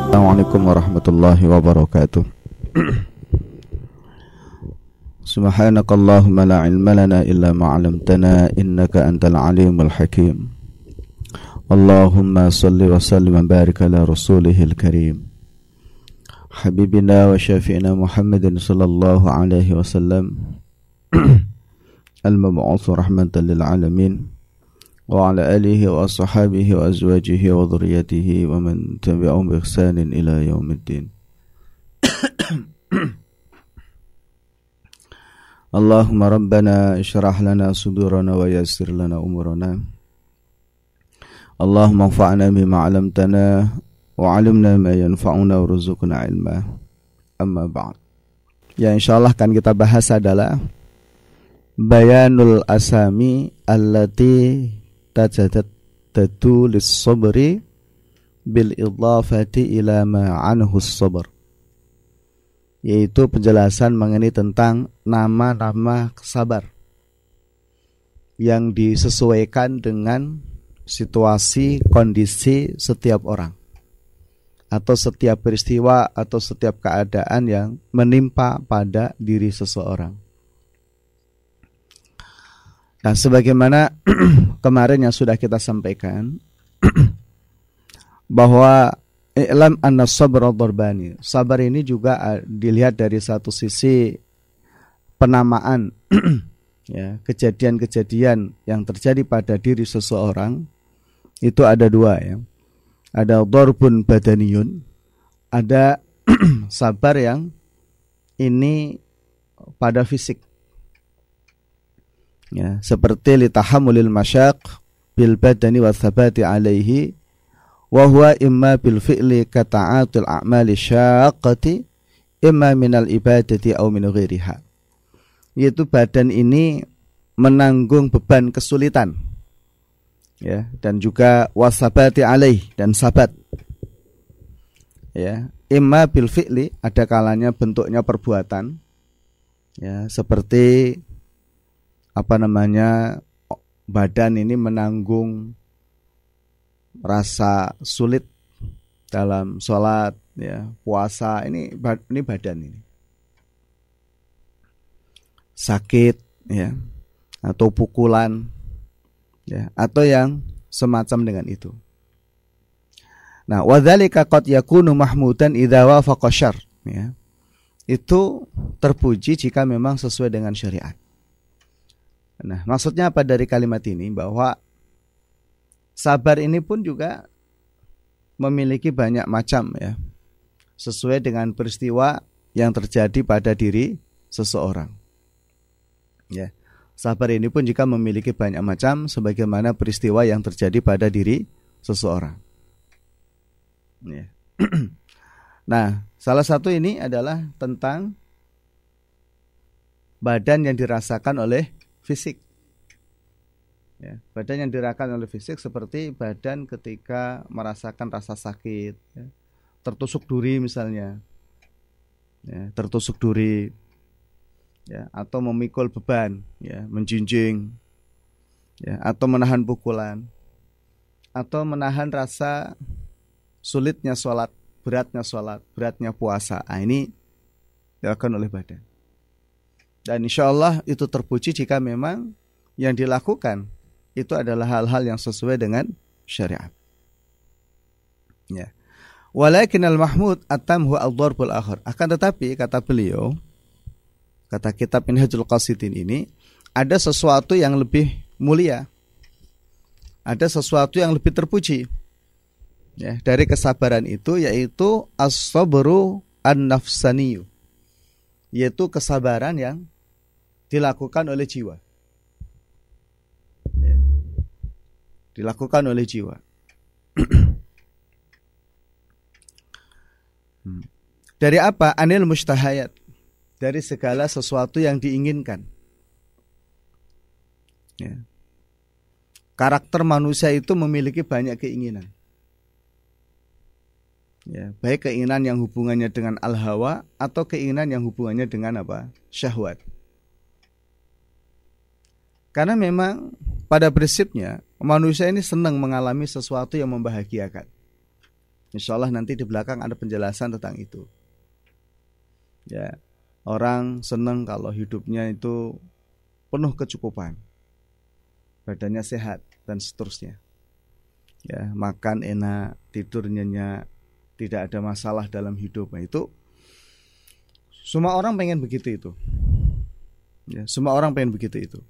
Assalamualaikum warahmatullahi wabarakatuh. Subhanakallahumma la ilma lana illa ma 'allamtana innaka antal alimul hakim. Allahumma salli wa sallim wa barik ala rasulihil karim habibina wa syafi'ina Muhammadin sallallahu alaihi wasallam al-mab'uts rahmatan lil alamin wa ala alihi wa ashabihi wa azwajihi wa dhurriyyatihi wa man tabi'ahum bi ihsanin ila yaumiddin. Allahumma rabbana ishrah lana sudurana wa yassir lana umurana. Allahumma anfa'na bima 'allamtana wa 'allimna ma yanfa'una warzuqna 'ilma. Amma ba'd. Ya, insyaallah kan kita bahas adalah bayanul asami allati tajadatu lis-sabri bil idhafati ila ma anhu as-sabr, yaitu penjelasan mengenai tentang nama-nama sabar yang disesuaikan dengan situasi, kondisi setiap orang atau setiap peristiwa atau setiap keadaan yang menimpa pada diri seseorang. Nah, sebagaimana kemarin yang sudah kita sampaikan bahwa i'lam anna sabra darbani. Sabar ini juga dilihat dari satu sisi penamaan ya, kejadian-kejadian yang terjadi pada diri seseorang itu ada dua ya. Ada darbun badaniyun, ada sabar yang ini pada fisik. Ya, seperti litahamulil masyaq bil badani wa thabati alaihi wa huwa imma bil fi'li ka ta'atul a'mali syaqqati imma minal ibadati aw min ghairiha, yaitu badan ini menanggung beban kesulitan ya, dan juga wasabati alaih, dan sabat ya, imma bil fi'li, ada kalanya bentuknya perbuatan ya, seperti badan ini menanggung rasa sulit dalam sholat ya, puasa, ini badan ini sakit ya, atau pukulan ya, atau yang semacam dengan itu. Nah, wadzalika qad yakunu mahmudan idza wafaqa syarr ya. Itu terpuji jika memang sesuai dengan syariat. Nah, maksudnya apa dari kalimat ini? Bahwa sabar ini pun juga memiliki banyak macam ya, sesuai dengan peristiwa yang terjadi pada diri seseorang. Ya, sabar ini pun juga memiliki banyak macam sebagaimana peristiwa yang terjadi pada diri seseorang. Ya. Nah, salah satu ini adalah tentang badan yang dirasakan oleh fisik. Ya, badan yang dirasakan oleh fisik seperti badan ketika merasakan rasa sakit, ya, tertusuk duri misalnya, ya, tertusuk duri, ya, atau memikul beban, ya, menjinjing, ya, atau menahan pukulan, atau menahan rasa sulitnya sholat, beratnya puasa. Nah, ini dilakukan oleh badan. Dan insya Allah itu terpuji jika memang yang dilakukan itu adalah hal-hal yang sesuai dengan syariat. Ya. Walakin al-mahmud atamhu al-darbul akhir. Akan tetapi kata beliau, kata kitab Minhajul Qasidin ini, ada sesuatu yang lebih mulia, ada sesuatu yang lebih terpuji ya, dari kesabaran itu, yaitu as-sabru an-nafsaniyu, yaitu kesabaran yang dilakukan oleh jiwa ya, dilakukan oleh jiwa. Dari apa? Anil mustahayat, dari segala sesuatu yang diinginkan ya. Karakter manusia itu memiliki banyak keinginan ya, baik keinginan yang hubungannya dengan al-hawa atau keinginan yang hubungannya dengan apa? Syahwat. Karena memang pada prinsipnya manusia ini senang mengalami sesuatu yang membahagiakan. Insya Allah nanti di belakang ada penjelasan tentang itu. Ya, orang senang kalau hidupnya itu penuh kecukupan, badannya sehat dan seterusnya. Ya, makan enak, tidur nyenyak, tidak ada masalah dalam hidup. Nah, itu semua orang pengen begitu itu. Ya, semua orang pengen begitu itu.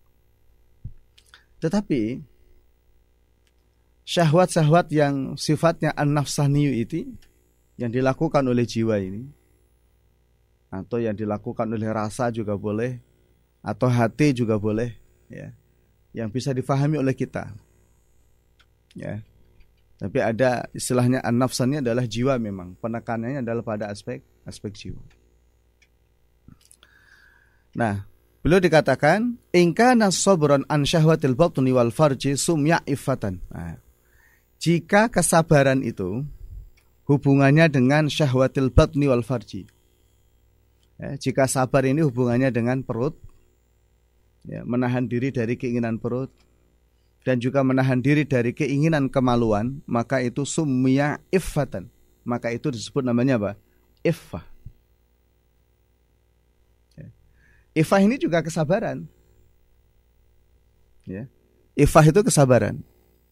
Tetapi syahwat-syahwat yang sifatnya an-nafsaniyu itu, yang dilakukan oleh jiwa ini, atau yang dilakukan oleh rasa juga boleh, atau hati juga boleh, ya, yang bisa difahami oleh kita. Ya. Tapi ada istilahnya an-nafsani adalah jiwa, memang penekanannya adalah pada aspek jiwa. Nah, beliau dikatakan in kana sabran an syahwatil batni wal farji sumya ifatan. Nah, jika kesabaran itu hubungannya dengan syahwatil batni wal farji. Ya, jika sabar ini hubungannya dengan perut, ya, menahan diri dari keinginan perut dan juga menahan diri dari keinginan kemaluan, maka itu sumya iffatan. Maka itu disebut namanya apa? Iffah. Iffah ini juga kesabaran. Ya. Iffah itu kesabaran.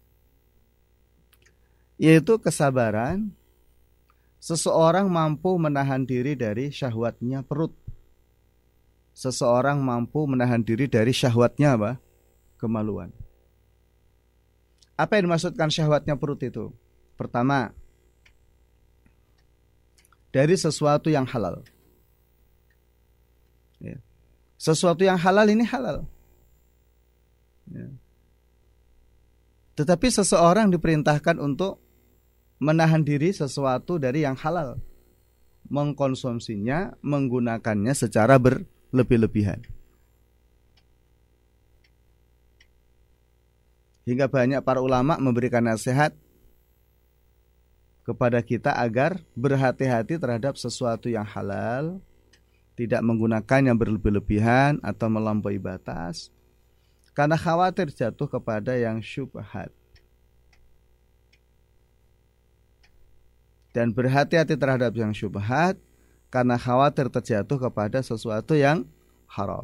Yaitu kesabaran seseorang mampu menahan diri dari syahwatnya perut. Seseorang mampu menahan diri dari syahwatnya apa? Kemaluan. Apa yang dimaksudkan syahwatnya perut itu? Pertama, dari sesuatu yang halal. Ya. Sesuatu yang halal ini halal. Ya. Tetapi seseorang diperintahkan untuk menahan diri sesuatu dari yang halal, mengkonsumsinya, menggunakannya secara berlebih-lebihan. Hingga banyak para ulama memberikan nasihat kepada kita agar berhati-hati terhadap sesuatu yang halal, tidak menggunakan yang berlebih-lebihan atau melampaui batas, karena khawatir jatuh kepada yang syubhat. Dan berhati-hati terhadap yang syubhat karena khawatir terjatuh kepada sesuatu yang haram.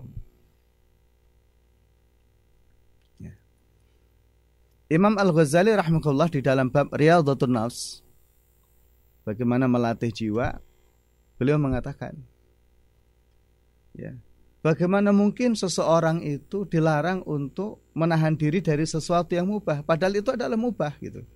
Ya. Imam Al-Ghazali rahimahullah di dalam bab Riyadhatun Nafs, bagaimana melatih jiwa, beliau mengatakan, ya, bagaimana mungkin seseorang itu dilarang untuk menahan diri dari sesuatu yang mubah, padahal itu adalah mubah gitu.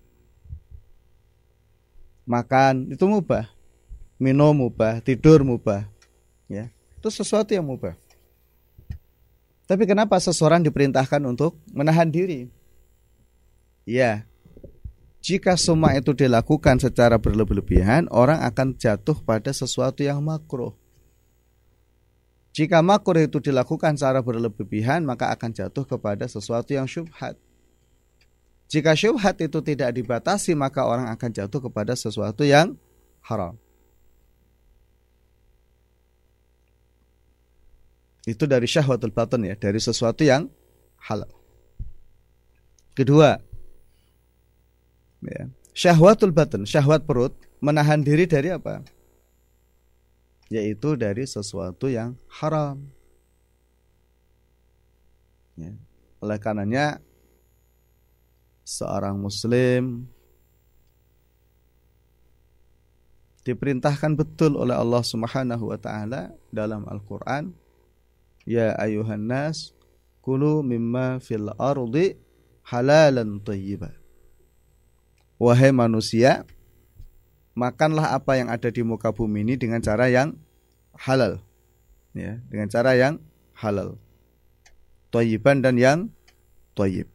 Makan itu mubah, minum mubah, tidur mubah, ya, itu sesuatu yang mubah. Tapi kenapa seseorang diperintahkan untuk menahan diri? Ya, jika semua itu dilakukan secara berlebih-lebihan, orang akan jatuh pada sesuatu yang makruh. Jika makruh itu dilakukan secara berlebihan, maka akan jatuh kepada sesuatu yang syubhat. Jika syubhat itu tidak dibatasi, maka orang akan jatuh kepada sesuatu yang haram. Itu dari syahwatul batin, ya, dari sesuatu yang halal. Kedua, ya, syahwatul batin, syahwat perut, menahan diri dari apa? Yaitu dari sesuatu yang haram. Ya. Oleh karenanya seorang muslim diperintahkan betul oleh Allah Subhanahu wa taala dalam Al-Qur'an, ya ayuhan nas kulu mimma fil ardi halalan thayyiban. Wahai manusia, makanlah apa yang ada di muka bumi ini dengan cara yang halal, ya, dengan cara yang halal, thayyiban dan yang thayyib.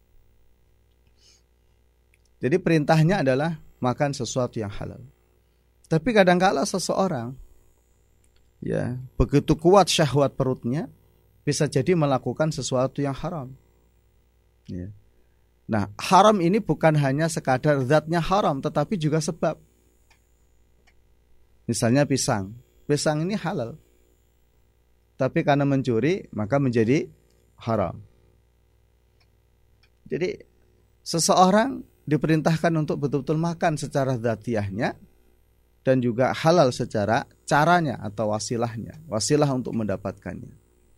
Jadi perintahnya adalah makan sesuatu yang halal. Tapi kadang-kala seseorang, ya, begitu kuat syahwat perutnya, bisa jadi melakukan sesuatu yang haram. Ya. Nah, haram ini bukan hanya sekadar zatnya haram, tetapi juga sebab. Misalnya pisang. Pisang ini halal, tapi karena mencuri, maka menjadi haram. Jadi seseorang diperintahkan untuk betul-betul makan secara dzatiyahnya dan juga halal secara caranya atau wasilahnya, wasilah untuk mendapatkannya.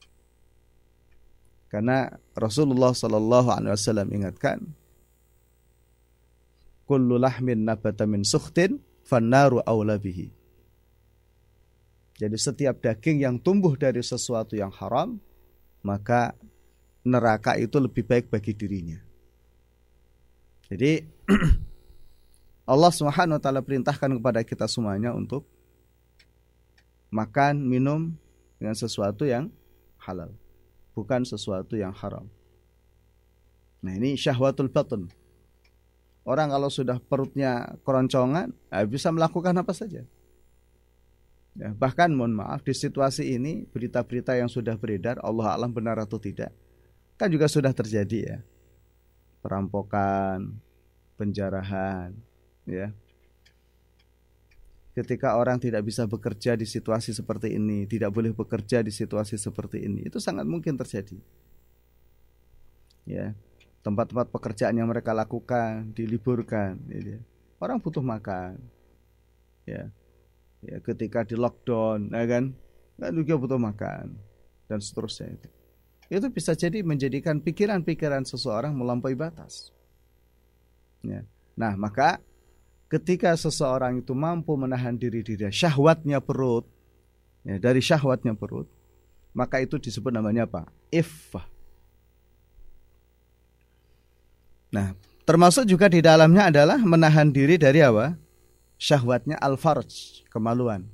Karena Rasulullah sallallahu alaihi wasallam ingatkan, kullu lahmin nabata min sukhtin fannaru aula bihi. Jadi setiap daging yang tumbuh dari sesuatu yang haram, maka neraka itu lebih baik bagi dirinya. Jadi Allah Subhanahu wa taala perintahkan kepada kita semuanya untuk makan, minum dengan sesuatu yang halal, bukan sesuatu yang haram. Nah, ini syahwatul batn. Orang kalau sudah perutnya keroncongan, bisa melakukan apa saja. Ya, bahkan mohon maaf, di situasi ini berita-berita yang sudah beredar, Allah alam benar atau tidak, kan juga sudah terjadi ya. Perampokan, penjarahan, ya. Ketika orang tidak bisa bekerja di situasi seperti ini, tidak boleh bekerja di situasi seperti ini, itu sangat mungkin terjadi. Ya, tempat-tempat pekerjaan yang mereka lakukan diliburkan. Ya. Orang butuh makan. Ya, ketika di lockdown, ya kan juga butuh makan dan seterusnya. Itu bisa jadi menjadikan pikiran-pikiran seseorang melampaui batas. Ya. Nah, maka ketika seseorang itu mampu menahan diri syahwatnya perut, ya, dari syahwatnya perut, maka itu disebut namanya apa? Iffah. Nah, termasuk juga di dalamnya adalah menahan diri dari apa? Syahwatnya al-farj, kemaluan.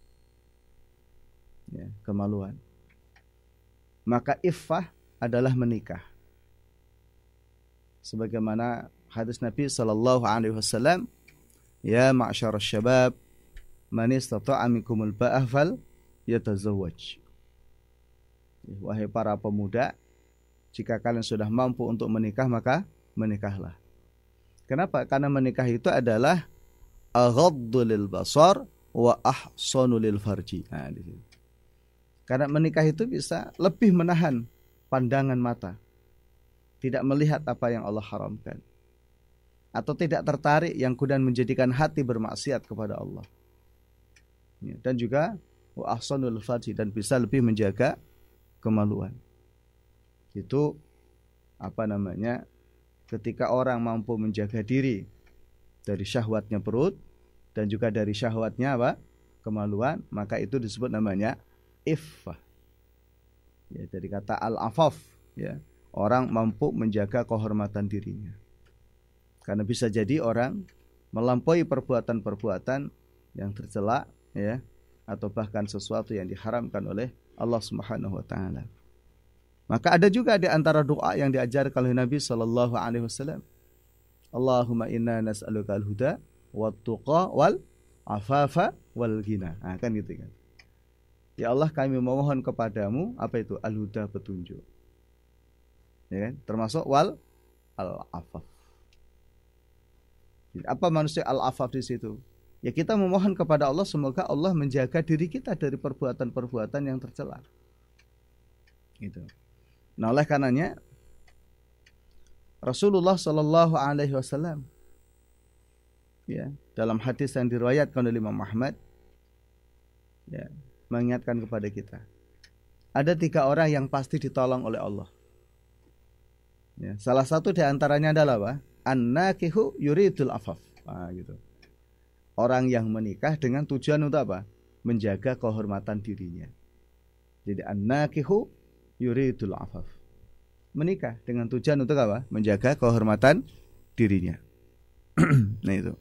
Ya, kemaluan. Maka iffah adalah menikah. Sebagaimana hadis Nabi sallallahu alaihi wasallam, ya ma'syarasy syabab, man istata'a minkumul ba'ah fal yatazawwaj. Wahai para pemuda, jika kalian sudah mampu untuk menikah, maka menikahlah. Kenapa? Karena menikah itu adalah aghaddu lil basar wa ahsanu lil farji. Nah, di sini. Karena menikah itu bisa lebih menahan pandangan mata, tidak melihat apa yang Allah haramkan, atau tidak tertarik yang kemudian menjadikan hati bermaksiat kepada Allah. Ya, dan juga wa ahsanul farji, dan bisa lebih menjaga kemaluan. Itu ketika orang mampu menjaga diri dari syahwatnya perut dan juga dari syahwatnya kemaluan, maka itu disebut namanya iffah. Ya, dari kata al-afaf, ya, orang mampu menjaga kehormatan dirinya. Karena bisa jadi orang melampaui perbuatan-perbuatan yang tercela, ya, atau bahkan sesuatu yang diharamkan oleh Allah Subhanahu wa taala. Maka ada juga di antara doa yang diajarkan oleh Nabi sallallahu alaihi wasallam, Allahumma inna nas'aluka al-huda wat-tuqa wal afafa wal ghina. Nah, kan gitu kan. Ya Allah, kami memohon kepadamu apa itu? Al-huda, petunjuk. Ya kan? Termasuk wal al-afaf. Apa manusia al-afaf di situ? Ya, kita memohon kepada Allah semoga Allah menjaga diri kita dari perbuatan-perbuatan yang tercela. Gitu. Nah, oleh karenanya Rasulullah sallallahu alaihi wasallam, ya, dalam hadis yang diriwayatkan oleh Imam Ahmad, ya, mengingatkan kepada kita, ada 3 orang yang pasti ditolong oleh Allah. Ya, salah satu di antaranya adalah apa? An-nakihu yuridul afaf. Nah, gitu. Orang yang menikah dengan tujuan untuk apa? Menjaga kehormatan dirinya. Jadi an-nakihu yuridul afaf. Menikah dengan tujuan untuk apa? Menjaga kehormatan dirinya. Nah, itu.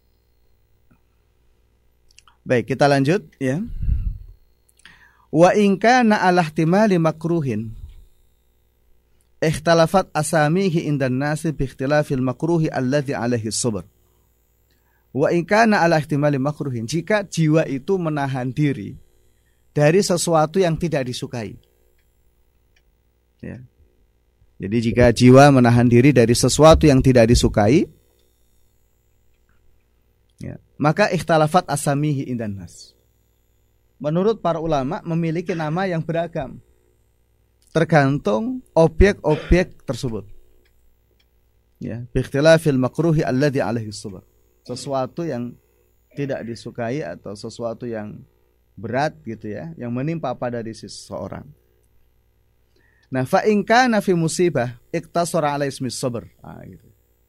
Baik, kita lanjut, ya. Wa in kana ala ihtimali makruhin ikhtalafat asamihi indan nasi bi ikhtilafil makruhi alladhi alaihi sabr. Wa in kana ala ihtimali makruhin, jika jiwa itu menahan diri dari sesuatu yang tidak disukai. Ya. Jadi jika jiwa menahan diri dari sesuatu yang tidak disukai, ya, maka ikhtalafat asamihi indan nas. Menurut para ulama memiliki nama yang beragam, tergantung objek-objek tersebut. Ya, biikhtilafil makruhi alladhi alaihi sabr. Sesuatu yang tidak disukai atau sesuatu yang berat gitu ya, yang menimpa pada diri seseorang. Nah, fa in kana fi musibah iktasara ala ismi sabr. Gitu.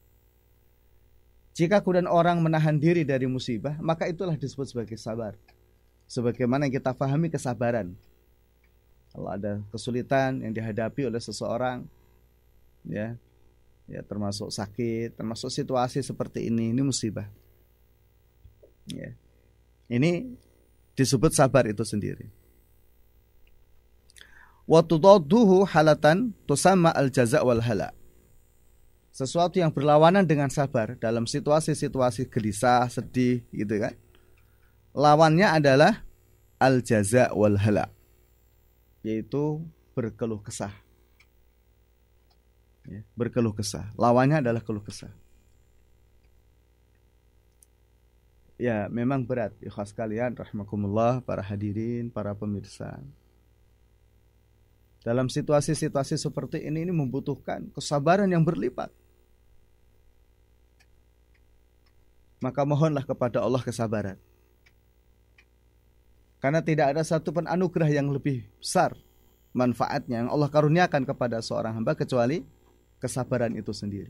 Jika kemudian orang menahan diri dari musibah, maka itulah disebut sebagai sabar. Sebagaimana yang kita pahami kesabaran. Kalau ada kesulitan yang dihadapi oleh seseorang, ya termasuk sakit, termasuk situasi seperti ini musibah. Ya. Ini disebut sabar itu sendiri. Wa tudadduhu halatan tusamma al-jaza' wal hala. Sesuatu yang berlawanan dengan sabar dalam situasi-situasi gelisah, sedih gitu kan. Lawannya adalah al-jaza' wal hala, yaitu berkeluh kesah. Ya, berkeluh kesah. Lawannya adalah keluh kesah. Ya, memang berat, ikhwas sekalian, rahimakumullah, para hadirin, para pemirsa. Dalam situasi-situasi seperti ini membutuhkan kesabaran yang berlipat. Maka mohonlah kepada Allah kesabaran. Karena tidak ada satupun anugerah yang lebih besar manfaatnya yang Allah karuniakan kepada seorang hamba kecuali kesabaran itu sendiri.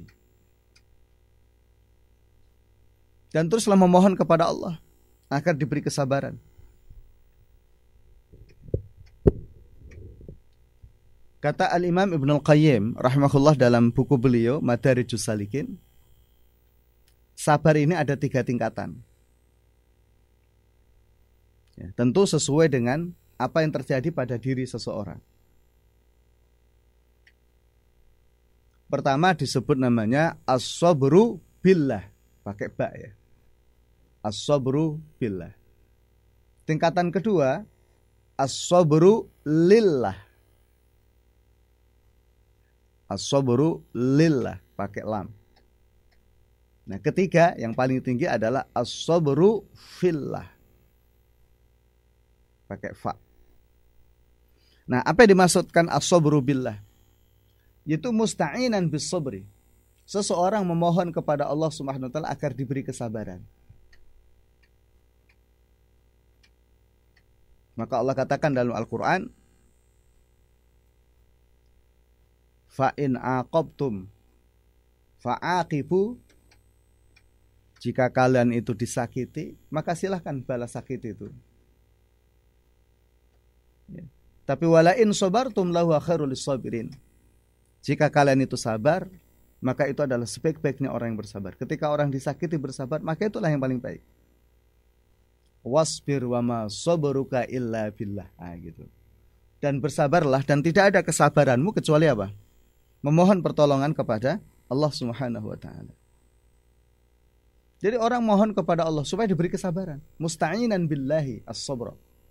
Dan teruslah memohon kepada Allah agar diberi kesabaran. Kata Al-Imam Ibn Al-Qayyim rahimahullah dalam buku beliau Madarijus Salikin, sabar ini ada 3 tingkatan. Ya, tentu sesuai dengan apa yang terjadi pada diri seseorang. Pertama disebut namanya as-sabru billah, pakai ba ya. As-sabru billah. Tingkatan kedua as-sabru lillah. As-sabru lillah, pakai lam. Nah, ketiga yang paling tinggi adalah as-sabru fillah, pakai fa. Nah, apa yang dimaksudkan as-sabru billah? Yaitu musta'inan bis sabri. Seseorang memohon kepada Allah Subhanahu wa taala agar diberi kesabaran. Maka Allah katakan dalam Al-Qur'an, fa in aqabtum fa'aqibu. Jika kalian itu disakiti, maka silahkan balas sakit itu. Ya. Tapi walain sabartum lahu khairul lisabirin. Jika kalian itu sabar, maka itu adalah sebaik-baiknya orang yang bersabar. Ketika orang disakiti bersabar, maka itulah yang paling baik. Wasbir wa ma sabruka illa billah. Gitu. Dan bersabarlah, dan tidak ada kesabaranmu kecuali apa? Memohon pertolongan kepada Allah Subhanahu wa taala. Jadi orang mohon kepada Allah supaya diberi kesabaran. Musta'inan billahi as-sabra.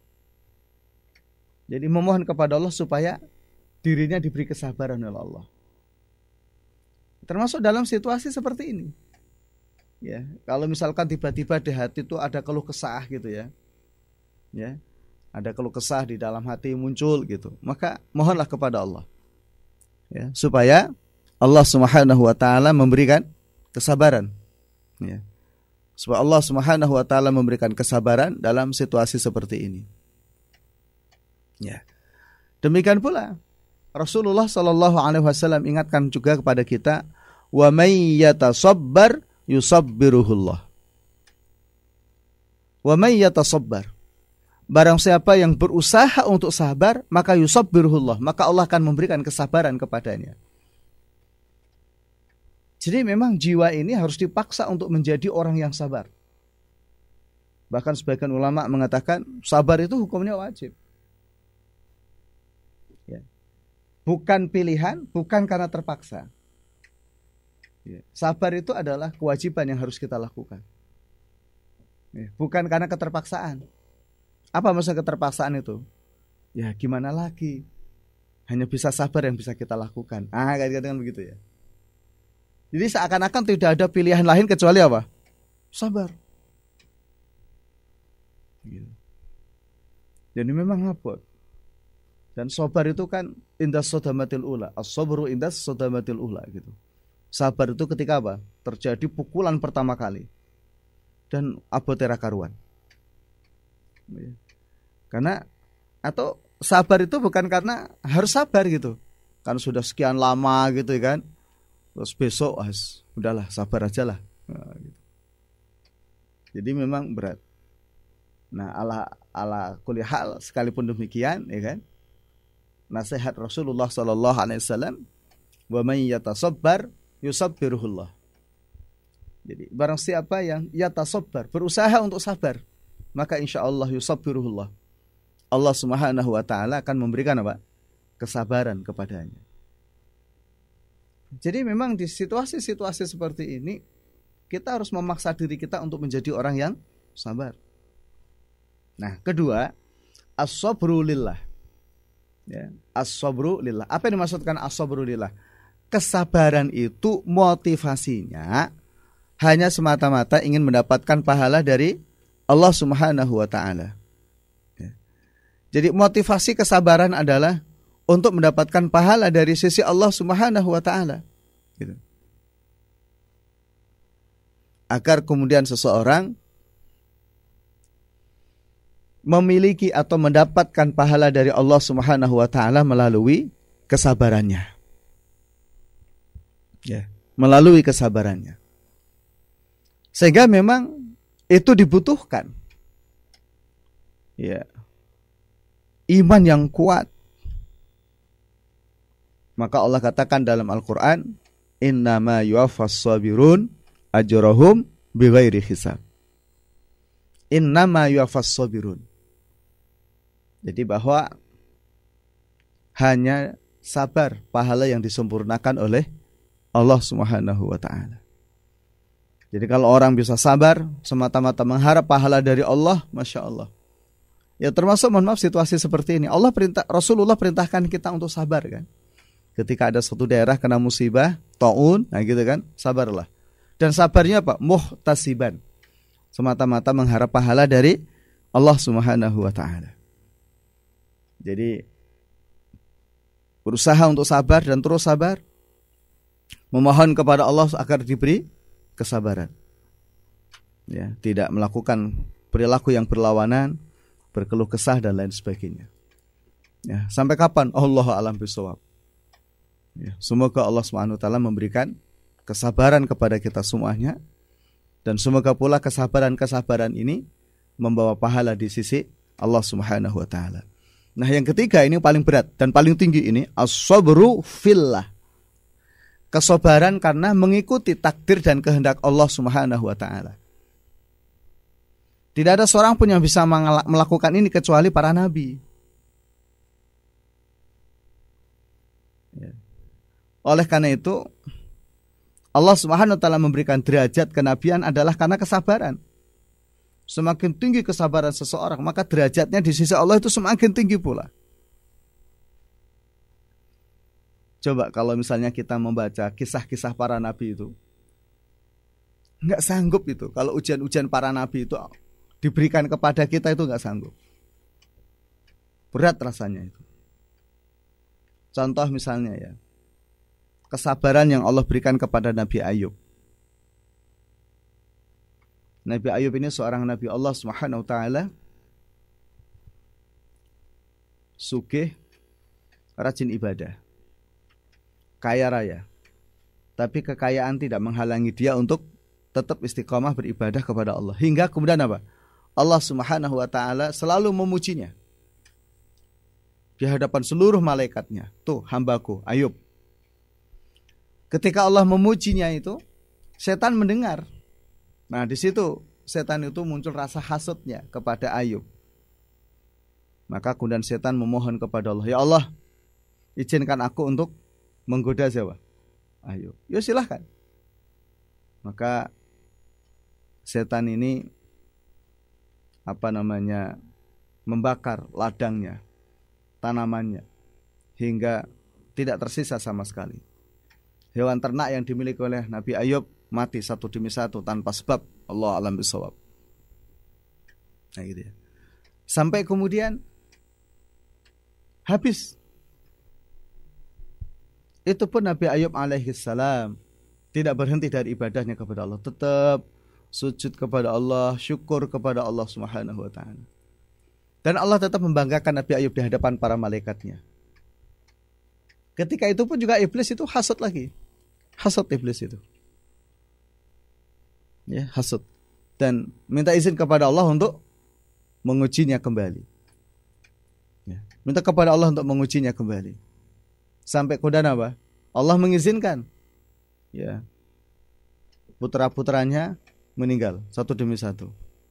Jadi memohon kepada Allah supaya dirinya diberi kesabaran oleh Allah. Termasuk dalam situasi seperti ini. Ya, kalau misalkan tiba-tiba di hati itu ada keluh kesah gitu ya. Ya. Ada keluh kesah di dalam hati muncul gitu. Maka mohonlah kepada Allah. Ya, supaya Allah Subhanahu wa taala memberikan kesabaran. Ya. Supaya Allah Subhanahu wa taala memberikan kesabaran dalam situasi seperti ini. Ya. Demikian pula Rasulullah sallallahu alaihi wasallam ingatkan juga kepada kita, wa may yatasabbar yusabbiruhullah. Wa may yatasabbar. Barang siapa yang berusaha untuk sabar, maka yusabbiruhullah, maka Allah akan memberikan kesabaran kepadanya. Jadi memang jiwa ini harus dipaksa untuk menjadi orang yang sabar. Bahkan sebagian ulama mengatakan sabar itu hukumnya wajib. Ya. Bukan pilihan, bukan karena terpaksa. Ya. Sabar itu adalah kewajiban yang harus kita lakukan. Ya. Bukan karena keterpaksaan. Apa maksud keterpaksaan itu? Ya gimana lagi? Hanya bisa sabar yang bisa kita lakukan. Kadang-kadang begitu ya. Jadi seakan-akan tidak ada pilihan lain kecuali apa? Sabar. Gitu. Jadi memang ngabot. Dan sabar itu kan indas sodamatil ula. As-sabru indas sodamatil ula gitu. Sabar itu ketika apa? Terjadi pukulan pertama kali dan abotera karuan. Karena atau sabar itu bukan karena harus sabar gitu, kan sudah sekian lama gitu kan, terus besok udahlah sabar aja lah. Nah, gitu. Jadi memang berat. Nah ala kulli hal sekalipun demikian ya kan, nasihat Rasulullah sallallahu alaihi wasallam, wa may yatasabbar yusabbirullah. Jadi barang siapa yang yatasabbar, berusaha untuk sabar, maka insyaallah yusabbirullah, Allah Subhanahu wa taala akan memberikan apa? Kesabaran kepadanya. Jadi memang di situasi-situasi seperti ini kita harus memaksa diri kita untuk menjadi orang yang sabar. Nah, kedua, as-sabru lillah. Ya, as-sabru lillah. Apa yang dimaksudkan as-sabru lillah? Kesabaran itu motivasinya hanya semata-mata ingin mendapatkan pahala dari Allah Subhanahu wa taala. Ya. Jadi motivasi kesabaran adalah untuk mendapatkan pahala dari sisi Allah Subhanahu wa taala. Gitu. Agar kemudian seseorang memiliki atau mendapatkan pahala dari Allah Subhanahu wa taala melalui kesabarannya. Ya, melalui kesabarannya. Sehingga memang itu dibutuhkan. Ya. Iman yang kuat. Maka Allah katakan dalam Al-Qur'an, "Innama yuwaffas sabirun ajrahum bighairi hisab." Innama yuwaffas sabirun. Jadi bahwa hanya sabar pahala yang disempurnakan oleh Allah Subhanahu wa taala. Jadi kalau orang bisa sabar semata-mata mengharap pahala dari Allah, Masya Allah. Ya termasuk mohon maaf situasi seperti ini. Rasulullah perintahkan kita untuk sabar kan. Ketika ada satu daerah kena musibah, taun, nah gitu kan, sabarlah. Dan sabarnya apa? Muhtasiban. Semata-mata mengharap pahala dari Allah Subhanahu wa taala. Jadi berusaha untuk sabar dan terus sabar. Memohon kepada Allah agar diberi kesabaran. Ya, tidak melakukan perilaku yang berlawanan, berkeluh kesah dan lain sebagainya. Ya, sampai kapan? Allahu a'lam bishawab. Ya, semoga Allah Subhanahu wa taala memberikan kesabaran kepada kita semuanya, dan semoga pula kesabaran ini membawa pahala di sisi Allah Subhanahu wa taala. Nah, yang ketiga ini paling berat dan paling tinggi ini, as-sabru fillah. Kesabaran karena mengikuti takdir dan kehendak Allah Subhanahu wa taala. Tidak ada seorang pun yang bisa melakukan ini kecuali para nabi. Ya. Oleh karena itu Allah Subhanahu wa taala memberikan derajat kenabian adalah karena kesabaran. Semakin tinggi kesabaran seseorang, maka derajatnya di sisi Allah itu semakin tinggi pula. Coba kalau misalnya kita membaca kisah-kisah para nabi itu, nggak sanggup itu. Kalau ujian-ujian para nabi itu diberikan kepada kita itu nggak sanggup. Berat rasanya itu. Contoh misalnya ya, kesabaran yang Allah berikan kepada Nabi Ayub. Nabi Ayub ini seorang Nabi Allah Subhanahu wa taala, sugih, rajin ibadah, kaya raya. Tapi kekayaan tidak menghalangi dia untuk tetap istiqomah beribadah kepada Allah. Hingga kemudian apa? Allah Subhanahu wa taala selalu memujinya di hadapan seluruh malaikatnya. Tuh hambaku Ayub. Ketika Allah memujinya itu, setan mendengar. Nah, di situ setan itu muncul rasa hasutnya kepada Ayub. Maka kemudian setan memohon kepada Allah, "Ya Allah, izinkan aku untuk menggoda siapa? Ayub." Ya silahkan. Maka setan ini membakar ladangnya, tanamannya, hingga tidak tersisa sama sekali. Hewan ternak yang dimiliki oleh Nabi Ayub mati satu demi satu tanpa sebab. Allah a'lam bishawab. Nah gitu ya. Sampai kemudian habis. Itu pun Nabi Ayub alaihissalam Tidak berhenti dari ibadahnya kepada Allah, tetap sujud kepada Allah, syukur kepada Allah Subhanahu wa taala. Dan Allah tetap membanggakan Nabi Ayub di hadapan para malaikatnya. Ketika itu pun juga iblis itu hasad lagi. Hasad iblis itu. Ya, hasad. Dan minta izin kepada Allah untuk mengujinya kembali. Ya, minta kepada Allah untuk mengujinya kembali. Sampai kemudian apa? Allah mengizinkan. Ya. Putra-putranya meninggal satu demi satu.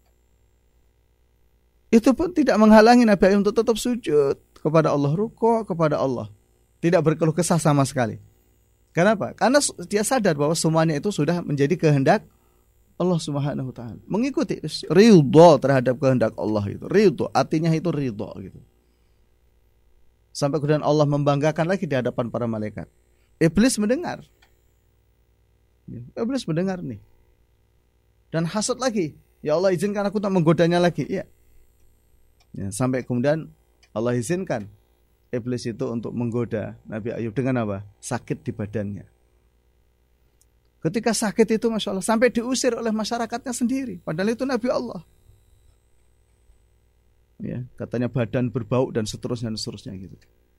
Itu pun tidak menghalangi Nabi Ayub untuk tetap sujud kepada Allah, rukuk kepada Allah. Tidak berkeluh kesah sama sekali. Kenapa? Karena dia sadar bahwa semuanya itu sudah menjadi kehendak Allah Subhanahu wa taala. Mengikuti ridho terhadap kehendak Allah itu. Ridho, artinya itu ridho gitu. Sampai kemudian Allah membanggakan lagi di hadapan para malaikat. Iblis mendengar. Iblis mendengar nih. Dan hasad lagi. Ya Allah, izinkan aku tak menggodanya lagi. Ya. Ya, sampai kemudian Allah izinkan iblis itu untuk menggoda Nabi Ayub dengan apa? Sakit di badannya. Ketika sakit itu Masya Allah sampai diusir oleh masyarakatnya sendiri. Padahal itu Nabi Allah. Ya, katanya badan berbau dan seterusnya gitu.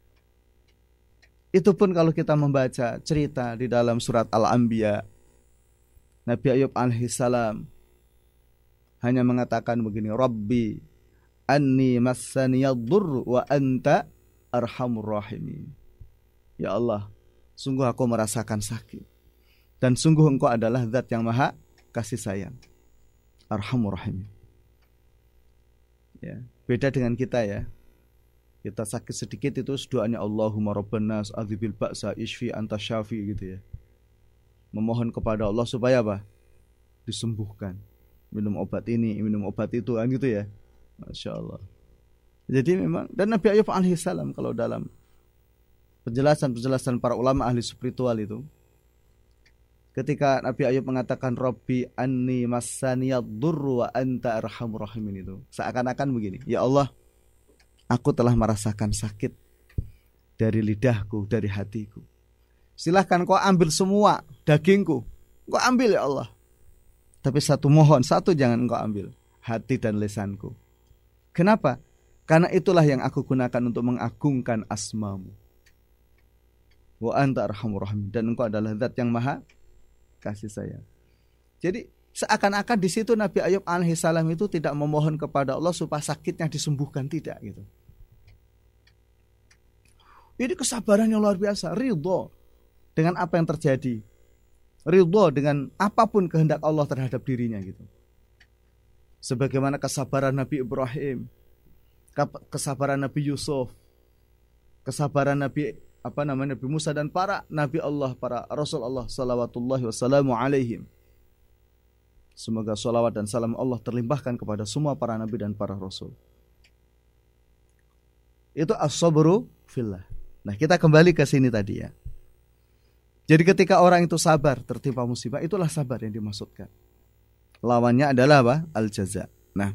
Itu pun kalau kita membaca cerita di dalam surat Al-Anbiya, Nabi Ayub alaihissalam hanya mengatakan begini, Rabbi anni massaniyaddur wa anta arhamur rahimin. Ya Allah, sungguh aku merasakan sakit. Dan sungguh engkau adalah zat yang maha kasih sayang. Arhamur rahimin. Ya, beda dengan kita ya. Kita sakit sedikit itu doanya Allahumma rabbannas adzibil ba'sa isfi anta syafi gitu ya. Memohon kepada Allah supaya apa? Disembuhkan. Minum obat ini, minum obat itu kan gitu ya. Masya Allah. Jadi memang, dan Nabi Ayub alaihissalam kalau dalam penjelasan para ulama ahli spiritual itu, ketika Nabi Ayub mengatakan Rabbi anni massaniyaddur wa anta arhamur rahimin itu, seakan-akan begini, ya Allah, aku telah merasakan sakit dari lidahku, dari hatiku. Silahkan kau ambil semua dagingku, kau ambil ya Allah. Tapi satu mohon, satu jangan engkau ambil, hati dan lisanku. Kenapa? Karena itulah yang aku gunakan untuk mengagungkan asmamu. Wa anta arhamur rahimin, dan engkau adalah zat yang maha kasih sayang. Jadi seakan-akan di situ Nabi Ayub alaihissalam itu tidak memohon kepada Allah supaya sakitnya disembuhkan, tidak gitu. Ini kesabaran yang luar biasa, ridho dengan apa yang terjadi, ridho dengan apapun kehendak Allah terhadap dirinya gitu. Sebagaimana kesabaran Nabi Ibrahim, kesabaran Nabi Yusuf, kesabaran Nabi Nabi Musa dan para Nabi Allah, para Rasul Allah salawatullahi wassalamu alaihim. Semoga salawat dan salam Allah terlimpahkan kepada semua para Nabi dan para Rasul. Itu as-sabru fillah. Nah, kita kembali ke sini tadi ya. Jadi ketika orang itu sabar tertimpa musibah, itulah sabar yang dimaksudkan. Lawannya adalah apa? Al-jaza. Nah,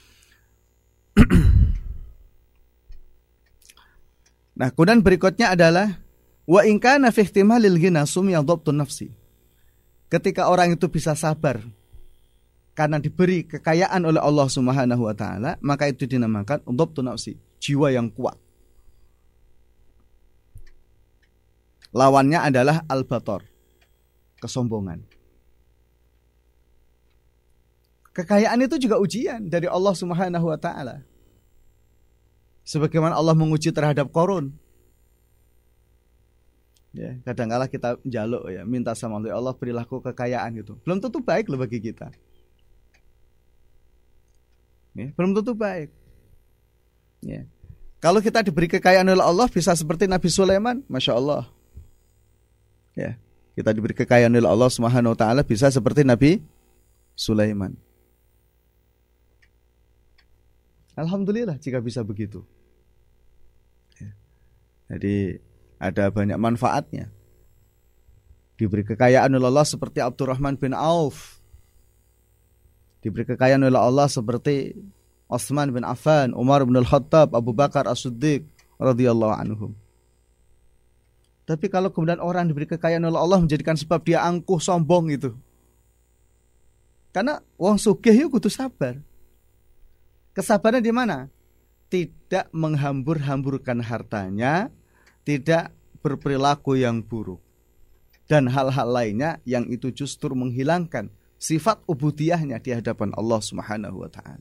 kemudian berikutnya adalah wa in kana fi ihtimalil ghina sumya dhabtun nafsi. Ketika orang itu bisa sabar karena diberi kekayaan oleh Allah Subhanahu wa taala, maka itu dinamakan dhabtun nafsi, jiwa yang kuat. Lawannya adalah al-batar, kesombongan. Kekayaan itu juga ujian dari Allah Subhanahu wa taala. Sebagaimana Allah menguji terhadap Qarun. Ya, kadang-kala kita jaluk ya, minta sama Allah, berilah aku kekayaan gitu. Belum tentu baik loh bagi kita. Ya, belum tentu baik. Ya. Kalau kita diberi kekayaan oleh Allah bisa seperti Nabi Sulaiman, Masya Allah. Ya, kita diberi kekayaan oleh Allah Subhanahu wa taala bisa seperti Nabi Sulaiman. Alhamdulillah jika bisa begitu. Ya. Jadi ada banyak manfaatnya. Diberi kekayaan oleh Allah seperti Abdurrahman bin Auf. Diberi kekayaan oleh Allah seperti Utsman bin Affan, Umar bin Al-Khattab, Abu Bakar As-Siddiq radhiyallahu anhum. Tapi kalau kemudian orang diberi kekayaan oleh Allah menjadikan sebab dia angkuh, sombong itu. Karena wong sugih itu kudu sabar. Kesabaran di mana? Tidak menghambur-hamburkan hartanya, tidak berperilaku yang buruk, dan hal-hal lainnya yang itu justru menghilangkan sifat ubudiyahnya di hadapan Allah Subhanahu wa taala.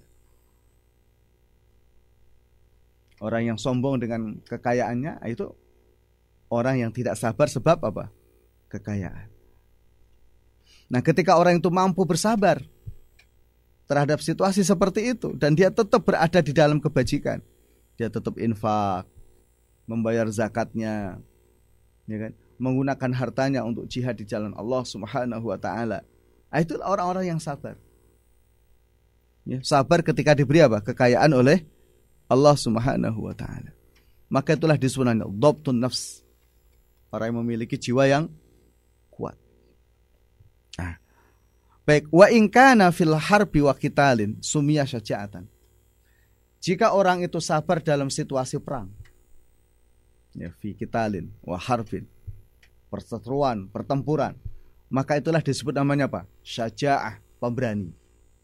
Orang yang sombong dengan kekayaannya itu orang yang tidak sabar sebab apa? Kekayaan. Nah, ketika orang itu mampu bersabar terhadap situasi seperti itu dan dia tetap berada di dalam kebajikan, dia tetap infak, membayar zakatnya, ya kan? Menggunakan hartanya untuk jihad di jalan Allah Subhanahu wa taala. Itu orang-orang yang sabar. Ya, sabar ketika diberi apa? Kekayaan oleh Allah Subhanahu wa taala. Maka itulah disebut dhabtun nafs. Orang yang memiliki jiwa yang kuat. Nah, baik, wa in kana fil harbi wa qitalin sumiya syaja'atan. Jika orang itu sabar dalam situasi perang, ya, fi qitalin wa harbin, perseteruan, pertempuran, maka itulah disebut namanya apa? Syaja'ah, pemberani.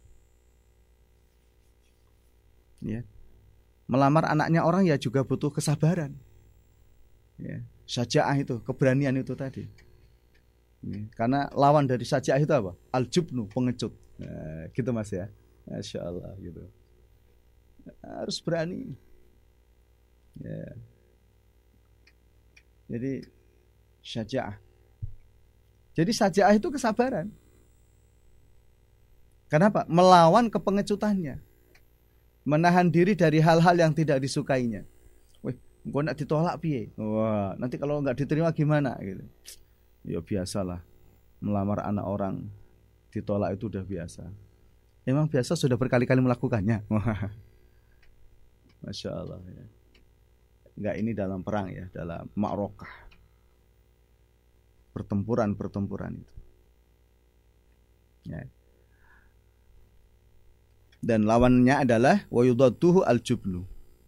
Ya. Melamar anaknya orang ya juga butuh kesabaran. Ya. Syaja'ah itu, keberanian itu tadi. Karena lawan dari syaja'ah itu apa? Al-jubnu, pengecut. Nah, gitu Mas ya. Masya Allah gitu. Harus berani. Ya. Jadi syaja'ah. Jadi syaja'ah itu kesabaran. Kenapa? Melawan kepengecutannya. Menahan diri dari hal-hal yang tidak disukainya. Engko nak ditolak piye? Wah, nanti kalau enggak diterima gimana gitu. Ya biasalah. Melamar anak orang ditolak itu udah biasa. Emang biasa sudah berkali-kali melakukannya. Wah. Masya Allah ya. Enggak, ini dalam perang ya, dalam ma'rokah. Pertempuran itu. Ya. Dan lawannya adalah wa yudadduhu al-jubnu.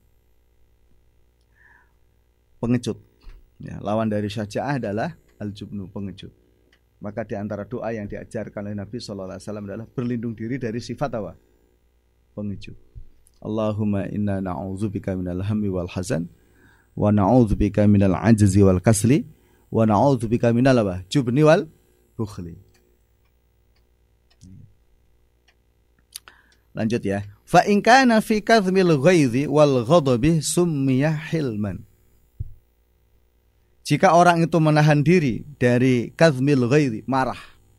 Pengecut. Ya, lawan dari syaja'ah adalah al-jubnu, pengecut. Maka di antara doa yang diajarkan oleh Nabi sallallahu alaihi wasallam adalah berlindung diri dari sifat apa? Pengecut. Allahumma inna na'udzubika minal hammi wal hazan wa na'udzubika minal ajzi wal kasli wa na'udzubika minal apa? Jubni wal bukhli. Lanjut ya. Fa in kana fi kadhmil ghaidhi wal ghadabi summiya hilman. Jika orang itu menahan diri dari kadhmil ghaidhi, marah,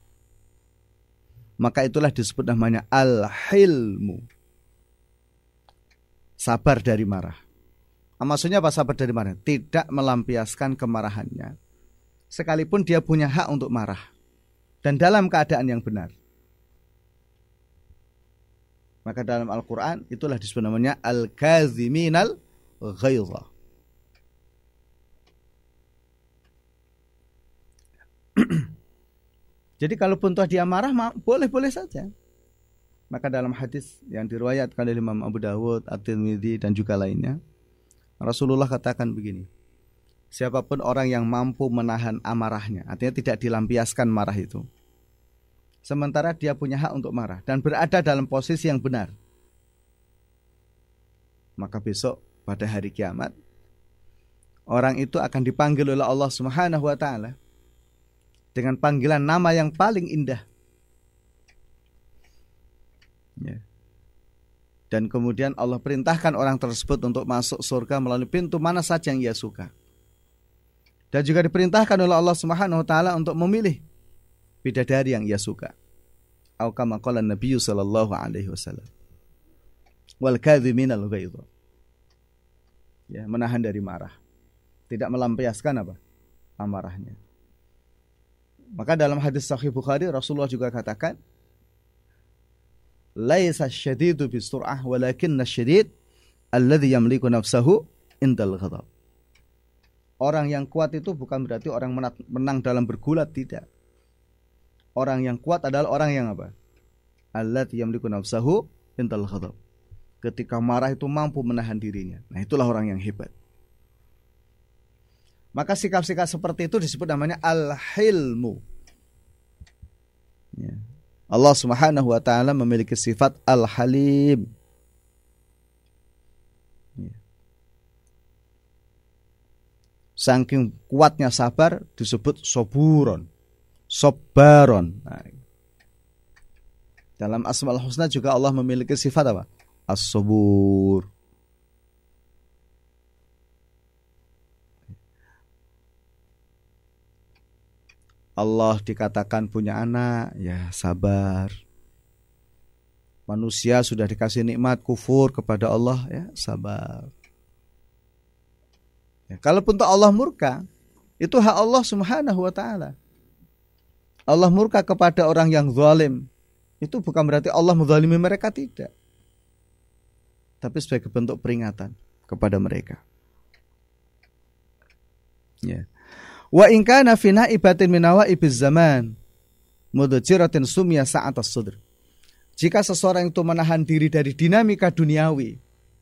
maka itulah disebut namanya al-hilmu. Sabar dari marah. Maksudnya apa sabar dari marah? Tidak melampiaskan kemarahannya. Sekalipun dia punya hak untuk marah. Dan dalam keadaan yang benar. Maka dalam Al-Quran itulah disebut namanya al-kaziminal ghaidha. Jadi kalaupun toh dia marah, boleh-boleh saja. Maka dalam hadis yang diriwayatkan oleh Imam Abu Dawud, At-Tirmidzi dan juga lainnya, Rasulullah katakan begini: siapapun orang yang mampu menahan amarahnya, artinya tidak dilampiaskan marah itu, sementara dia punya hak untuk marah dan berada dalam posisi yang benar, maka besok pada hari kiamat orang itu akan dipanggil oleh Allah Subhanahu wa taala dengan panggilan nama yang paling indah. Ya. Dan kemudian Allah perintahkan orang tersebut untuk masuk surga melalui pintu mana saja yang ia suka. Dan juga diperintahkan oleh Allah Subhanahu wa taala untuk memilih bidadari yang ia suka. Atau kama qala Nabi sallallahu alaihi wasallam. Wal kadhiminal ghaidha. Ya, menahan dari marah. Tidak melampiaskan apa? Amarahnya. Maka dalam hadis Sahih Bukhari Rasulullah juga katakan, laisa syadidu bisur'ah walakinna syadid alladhi yamliku nafsahu indal ghadab. Orang yang kuat itu bukan berarti orang menang dalam bergulat, tidak. Orang yang kuat adalah orang yang apa? Alladhi yamliku nafsahu indal ghadab. Ketika marah itu mampu menahan dirinya. Nah, itulah orang yang hebat. Maka sikap-sikap seperti itu disebut namanya al-hilmu. Ya. Allah Subhanahu wa taala memiliki sifat al-halim. Ya. Saking kuatnya sabar disebut soburon, sobaron. Nah, dalam Asmaul Husna juga Allah memiliki sifat apa? As-sabur. Allah dikatakan punya anak, ya sabar. Manusia sudah dikasih nikmat kufur kepada Allah, ya sabar. Ya, kalaupun Allah murka, itu hak Allah Subhanahu wa taala. Allah murka kepada orang yang zalim, itu bukan berarti Allah menzalimi mereka, tidak. Tapi sebagai bentuk peringatan kepada mereka. Ya. Wa in kana fi naibatin min nawaibiz zaman mudjiratin sumya sa'atas sadr. Jika seseorang itu menahan diri dari dinamika duniawi,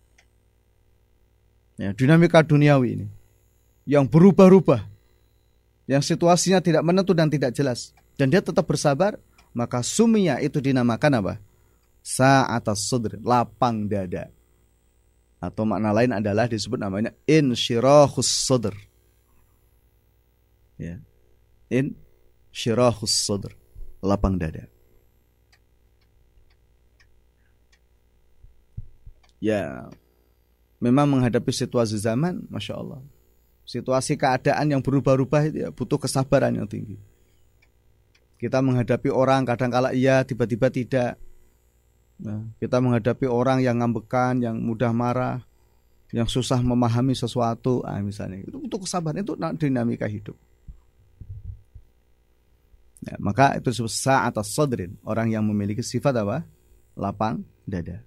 ya, dinamika duniawi ini yang berubah-ubah, yang situasinya tidak menentu dan tidak jelas, dan dia tetap bersabar, maka sumya itu dinamakan apa? Sa'atas sadr, lapang dada. Atau makna lain adalah disebut namanya insyirahus sadr. Ya. Insyirahus sadr, lapang dada. Ya, memang menghadapi situasi zaman, Masya Allah, situasi keadaan yang berubah-ubah itu ya, butuh kesabaran yang tinggi. Kita menghadapi orang kadang-kala iya, tiba-tiba tidak. Nah, kita menghadapi orang yang ngambekan, yang mudah marah, yang susah memahami sesuatu, misalnya itu butuh kesabaran, itu dinamika hidup. Ya, maka itu disebut sa'atas sadrin, orang yang memiliki sifat apa? Lapang dada.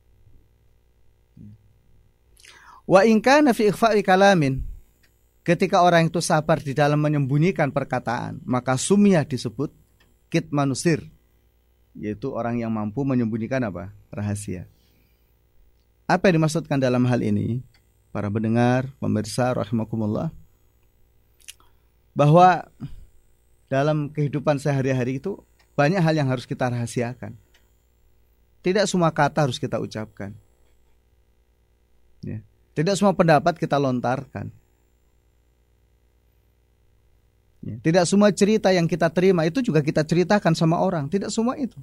Wa in kana fi ikhfa'i kalamin, ketika orang itu sabar di dalam menyembunyikan perkataan, maka sumiyah disebut kitmanusir, yaitu orang yang mampu menyembunyikan apa? Rahasia. Apa yang dimaksudkan dalam hal ini? Para pendengar, pemirsa rahimakumullah, bahwa dalam kehidupan sehari-hari itu banyak hal yang harus kita rahasiakan. Tidak semua kata harus kita ucapkan. Ya. Tidak semua pendapat kita lontarkan. Ya. Tidak semua cerita yang kita terima itu juga kita ceritakan sama orang. Tidak semua itu.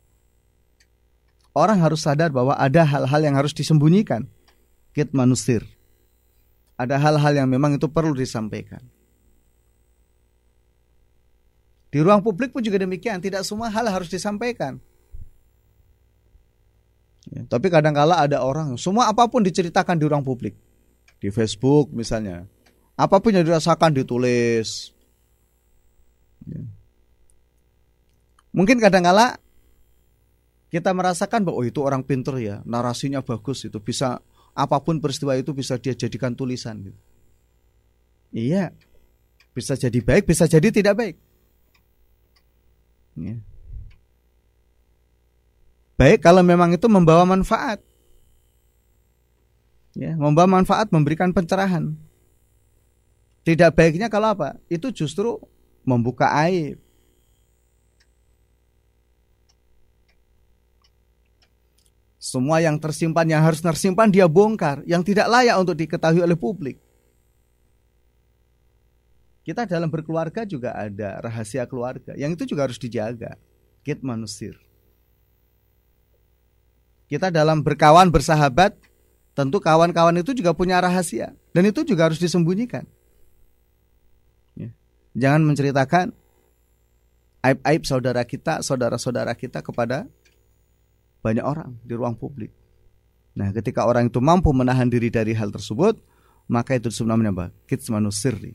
Orang harus sadar bahwa ada hal-hal yang harus disembunyikan. Kitmanusir. Ada hal-hal yang memang itu perlu disampaikan. Di ruang publik pun juga demikian, tidak semua hal harus disampaikan. Ya, tapi kadang-kala ada orang, semua apapun diceritakan di ruang publik. Di Facebook misalnya, apapun yang dirasakan ditulis. Ya. Mungkin kadang-kala kita merasakan bahwa itu orang pintar ya, narasinya bagus, itu bisa, apapun peristiwa itu bisa dia jadikan tulisan. Gitu. Iya, bisa jadi baik, bisa jadi tidak baik. Ya. Baik kalau memang itu membawa manfaat, ya, membawa manfaat, memberikan pencerahan. Tidak baiknya kalau apa? Itu justru membuka aib. Semua yang tersimpan, yang harus tersimpan dia bongkar, yang tidak layak untuk diketahui oleh publik. Kita dalam berkeluarga juga ada rahasia keluarga, yang itu juga harus dijaga. Kitmanusir. Kita dalam berkawan, bersahabat, tentu kawan-kawan itu juga punya rahasia, dan itu juga harus disembunyikan. Ya. Jangan menceritakan aib-aib saudara kita, saudara-saudara kita kepada banyak orang di ruang publik. Nah, ketika orang itu mampu menahan diri dari hal tersebut, maka itu disebut namanya apa? Kitmanusirri.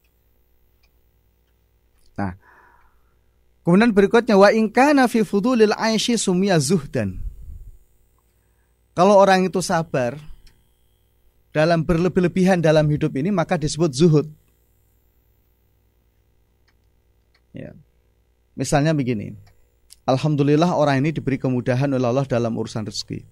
Nah, kemudian berikutnya wa in kana fi fudulil 'aishi sumiya zuhdan. Kalau orang itu sabar dalam berlebih-lebihan dalam hidup ini, maka disebut zuhud. Ya. Misalnya begini. Alhamdulillah orang ini diberi kemudahan oleh Allah dalam urusan rezeki.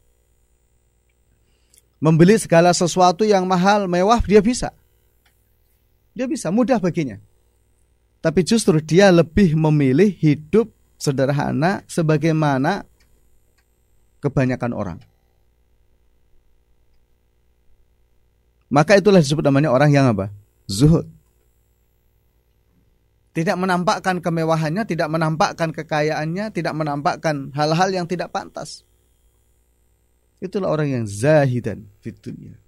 Membeli segala sesuatu yang mahal, mewah dia bisa. Dia bisa, mudah baginya. Tapi justru dia lebih memilih hidup sederhana sebagaimana kebanyakan orang. Maka itulah disebut namanya orang yang apa? Zuhud. Tidak menampakkan kemewahannya, tidak menampakkan kekayaannya, tidak menampakkan hal-hal yang tidak pantas. Itulah orang yang zahidan fid dunya.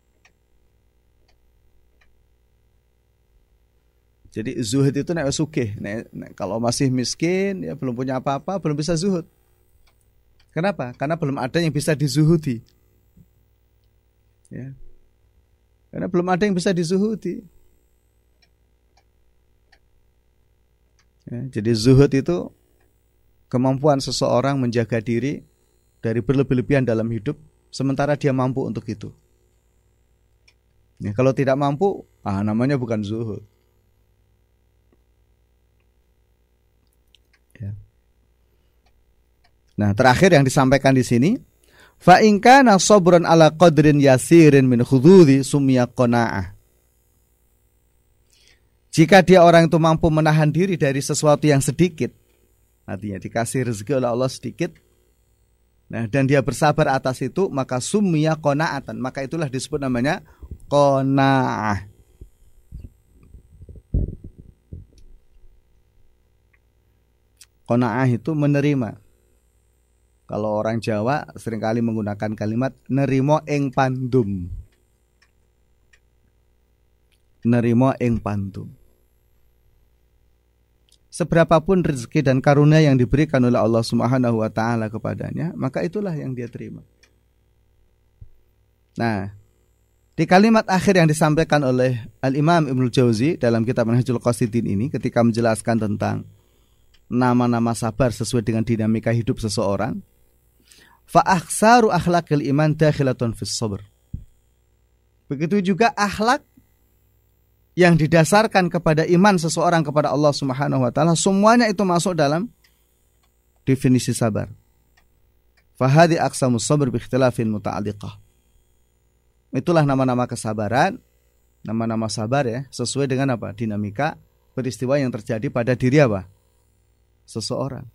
Jadi zuhud itu nek sugih, kalau masih miskin, ya belum punya apa-apa, belum bisa zuhud. Kenapa? Karena belum ada yang bisa dizuhudi. Ya. Karena belum ada yang bisa dizuhudi. Ya, jadi zuhud itu kemampuan seseorang menjaga diri dari berlebih-lebihan dalam hidup, sementara dia mampu untuk itu. Ya, kalau tidak mampu, namanya bukan zuhud. Nah, terakhir yang disampaikan di sini, fa in kana sabran ala qadrin yasirin min khududi sumya qanaah. Jika dia orang itu mampu menahan diri dari sesuatu yang sedikit, artinya dikasih rezeki oleh Allah sedikit, nah dan dia bersabar atas itu, maka sumya qanaatan, maka itulah disebut namanya qanaah. Qanaah itu menerima. Kalau orang Jawa seringkali menggunakan kalimat nerimo ing pandum. Nerimo ing pandum. Seberapapun rezeki dan karunia yang diberikan oleh Allah Subhanahu wa taala kepadanya, maka itulah yang dia terima. Nah, di kalimat akhir yang disampaikan oleh Al-Imam Ibnul Jauzi dalam kitab Manhajul Qasidin ini, ketika menjelaskan tentang nama-nama sabar sesuai dengan dinamika hidup seseorang, fa akhsaru akhlaqil iman dakhilatun fis sabr. Begitu juga akhlak yang didasarkan kepada iman seseorang kepada Allah Subhanahu wa taala, semuanya itu masuk dalam definisi sabar. Fa hadhi aqsamus sabr bi ikhtilafin muta'alliqah. Itulah nama-nama kesabaran, nama-nama sabar ya, sesuai dengan apa? Dinamika peristiwa yang terjadi pada diri apa? Seseorang.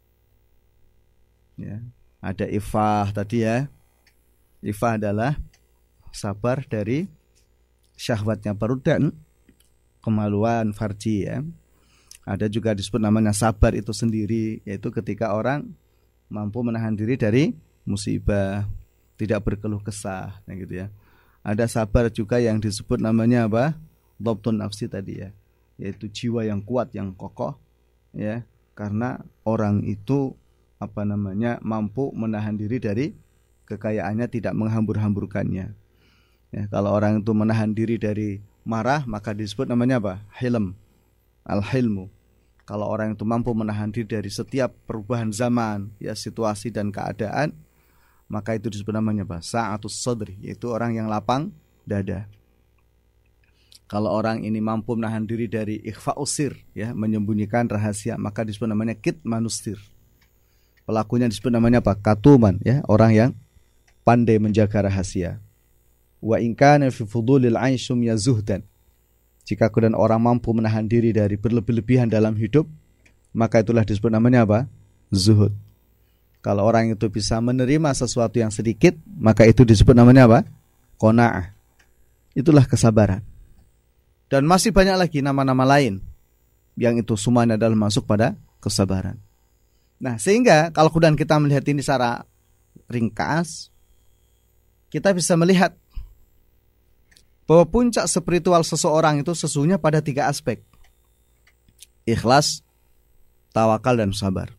Ya. Ada ifah tadi ya. Ifah adalah sabar dari syahwatnya perut dan kemaluan farji ya. Ada juga disebut namanya sabar itu sendiri, yaitu ketika orang mampu menahan diri dari musibah, tidak berkeluh kesah, gitu ya. Ada sabar juga yang disebut namanya apa? Dhabtun nafsi tadi ya, yaitu jiwa yang kuat, yang kokoh ya, karena orang itu mampu menahan diri dari kekayaannya, tidak menghambur-hamburkannya. Ya, kalau orang itu menahan diri dari marah, maka disebut namanya apa? Hilm, al-hilmu. Kalau orang itu mampu menahan diri dari setiap perubahan zaman, ya situasi dan keadaan, maka itu disebut namanya apa? Sa'atus sadri, yaitu orang yang lapang dada. Kalau orang ini mampu menahan diri dari ikhfa'usir, ya, menyembunyikan rahasia, maka disebut namanya kitmanusir. Pelakunya disebut namanya apa? Katuman, ya, orang yang pandai menjaga rahasia. Wa in kana fi fudulil 'aishum yazuhdan. Jika kemudian orang mampu menahan diri dari berlebih-lebihan dalam hidup, maka itulah disebut namanya apa? Zuhud. Kalau orang itu bisa menerima sesuatu yang sedikit, maka itu disebut namanya apa? Qanaah. Itulah kesabaran. Dan masih banyak lagi nama-nama lain yang itu semuanya adalah masuk pada kesabaran. Nah, sehingga kalau kemudian kita melihat ini secara ringkas, kita bisa melihat bahwa puncak spiritual seseorang itu sesungguhnya pada 3 aspek: ikhlas, tawakal, dan sabar.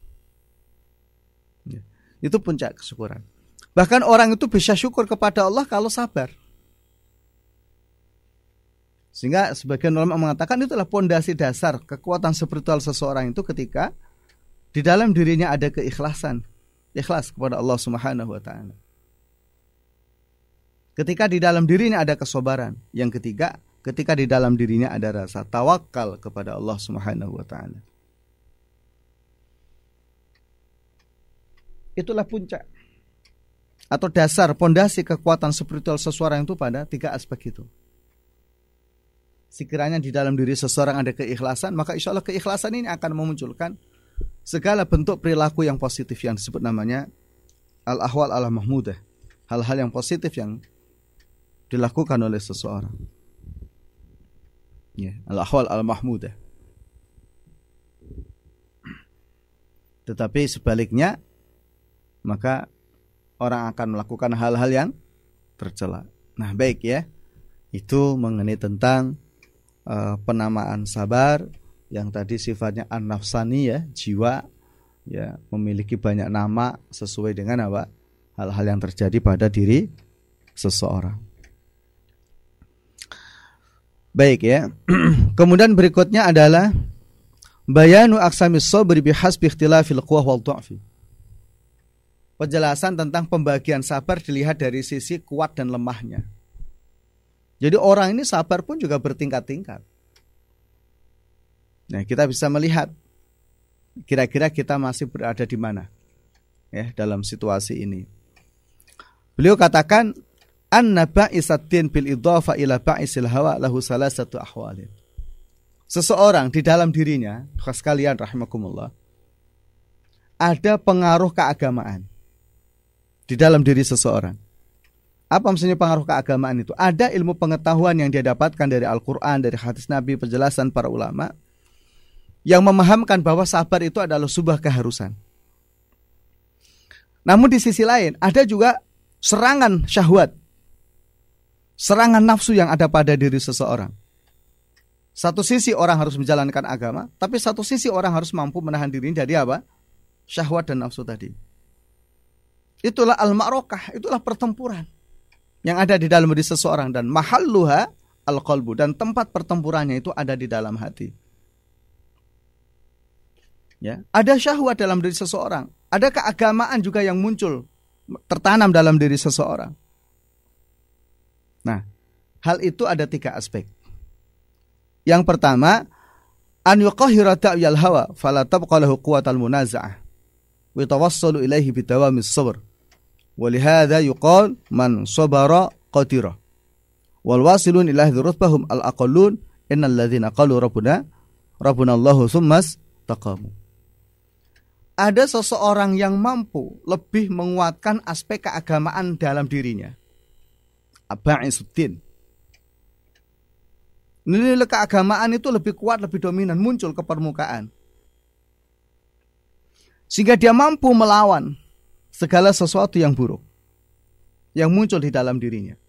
Itu puncak kesyukuran. Bahkan orang itu bisa syukur kepada Allah kalau sabar. Sehingga sebagian ulama mengatakan itulah pondasi dasar kekuatan spiritual seseorang itu ketika di dalam dirinya ada keikhlasan, ikhlas kepada Allah Subhanahu wa taala. Ketika di dalam dirinya ada kesabaran. Yang ketiga, ketika di dalam dirinya ada rasa tawakal kepada Allah Subhanahu wa taala. Itulah puncak atau dasar pondasi kekuatan spiritual seseorang itu pada 3 aspek itu. sekiranya di dalam diri seseorang ada keikhlasan, maka insya Allah keikhlasan ini akan memunculkan segala bentuk perilaku yang positif yang disebut namanya al-ahwal al-mahmudah, hal-hal yang positif yang dilakukan oleh seseorang. Ya, al-ahwal al-mahmudah. Tetapi sebaliknya, maka orang akan melakukan hal-hal yang tercela. Nah, baik ya. Itu mengenai tentang penamaan sabar yang tadi sifatnya an-nafsani ya, jiwa ya, memiliki banyak nama sesuai dengan apa? Hal-hal yang terjadi pada diri seseorang. Baik ya. Kemudian berikutnya adalah bayanu aqsamis sabri bihasbi ikhtilafil quwwah wal dha'fi. Penjelasan tentang pembagian sabar dilihat dari sisi kuat dan lemahnya. Jadi orang ini sabar pun juga bertingkat-tingkat. Nah, kita bisa melihat kira-kira kita masih berada di mana ya dalam situasi ini. Beliau katakan anna ba'isatin bil idhafa ila ba'isil hawa lahu salasatu ahwalin. Seseorang di dalam dirinya, sekalian rahimakumullah, ada pengaruh keagamaan di dalam diri seseorang. Apa maksudnya pengaruh keagamaan itu? Ada ilmu pengetahuan yang dia dapatkan dari Al-Quran, dari hadis Nabi, penjelasan para ulama yang memahamkan bahwa sabar itu adalah sebuah keharusan. Namun di sisi lain ada juga serangan syahwat, serangan nafsu yang ada pada diri seseorang. Satu sisi orang harus menjalankan agama, tapi satu sisi orang harus mampu menahan diri dari apa? Syahwat dan nafsu tadi. Itulah al-ma'rokah, itulah pertempuran yang ada di dalam diri seseorang, dan mahalluha al-qalbu, dan tempat pertempurannya itu ada di dalam hati. Ya, ada syahwat dalam diri seseorang, ada keagamaan juga yang muncul, tertanam dalam diri seseorang. Nah, hal itu ada 3 aspek. Yang pertama, an yuqahhira ta'yal hawa fala tabqa lahu quwwatal munaza'ah wa yatawassalu ilaihi bidawamis sabr. Wa lihadza yuqal man sabara qadira. Wal wasilun ila dzurrahum al aqallun innal ladzina qalu rabbuna Allahu tsummas taqamu. Ada seseorang yang mampu lebih menguatkan aspek keagamaan dalam dirinya. Aba'isuddin. Nilai keagamaan itu lebih kuat, lebih dominan, muncul ke permukaan. Sehingga dia mampu melawan segala sesuatu yang buruk yang muncul di dalam dirinya.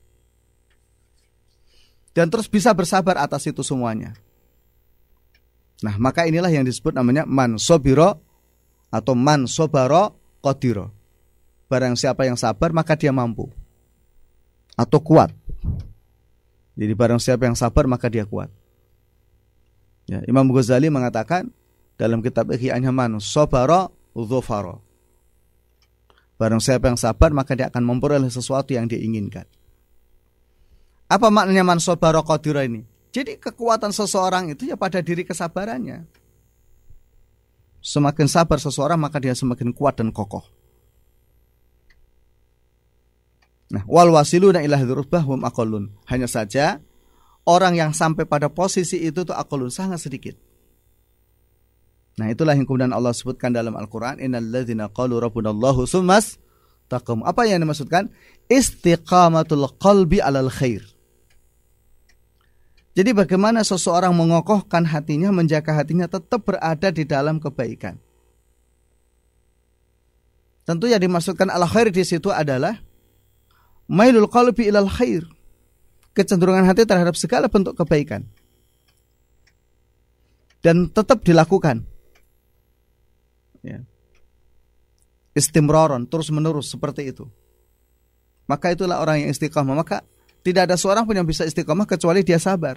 Dan terus bisa bersabar atas itu semuanya. Nah, maka inilah yang disebut namanya man sobiro atau man sobaro qadiro. Barang siapa yang sabar maka dia mampu atau kuat. Jadi barang siapa yang sabar maka dia kuat. Ya, Imam Ghazali mengatakan dalam kitab Ihya man sabara dzafara. Barang siapa yang sabar maka dia akan memperoleh sesuatu yang dia inginkan. Apa maknanya man sabara qadira ini? Jadi kekuatan seseorang itu ya pada diri kesabarannya. Semakin sabar seseorang maka dia semakin kuat dan kokoh. Nah, wal wasiluna ila dzurrahum aqallun. Hanya saja orang yang sampai pada posisi itu tuh aqallun, sangat sedikit. Nah, itulah yang kemudian Allah sebutkan dalam Al-Qur'an, innal ladzina qalu rabbunallahu tsummas taqamu. Apa yang dimaksudkan? Istiqamatul qalbi 'alal khair. Jadi bagaimana seseorang mengokohkan hatinya, menjaga hatinya tetap berada di dalam kebaikan. Tentu yang dimaksudkan al-khair di situ adalah mailul qalbi ilal khair, kecenderungan hati terhadap segala bentuk kebaikan, dan tetap dilakukan ya. Istimraron, terus menerus seperti itu. Maka itulah orang yang istiqamah. Maka tidak ada seorang pun yang bisa istiqamah kecuali dia sabar.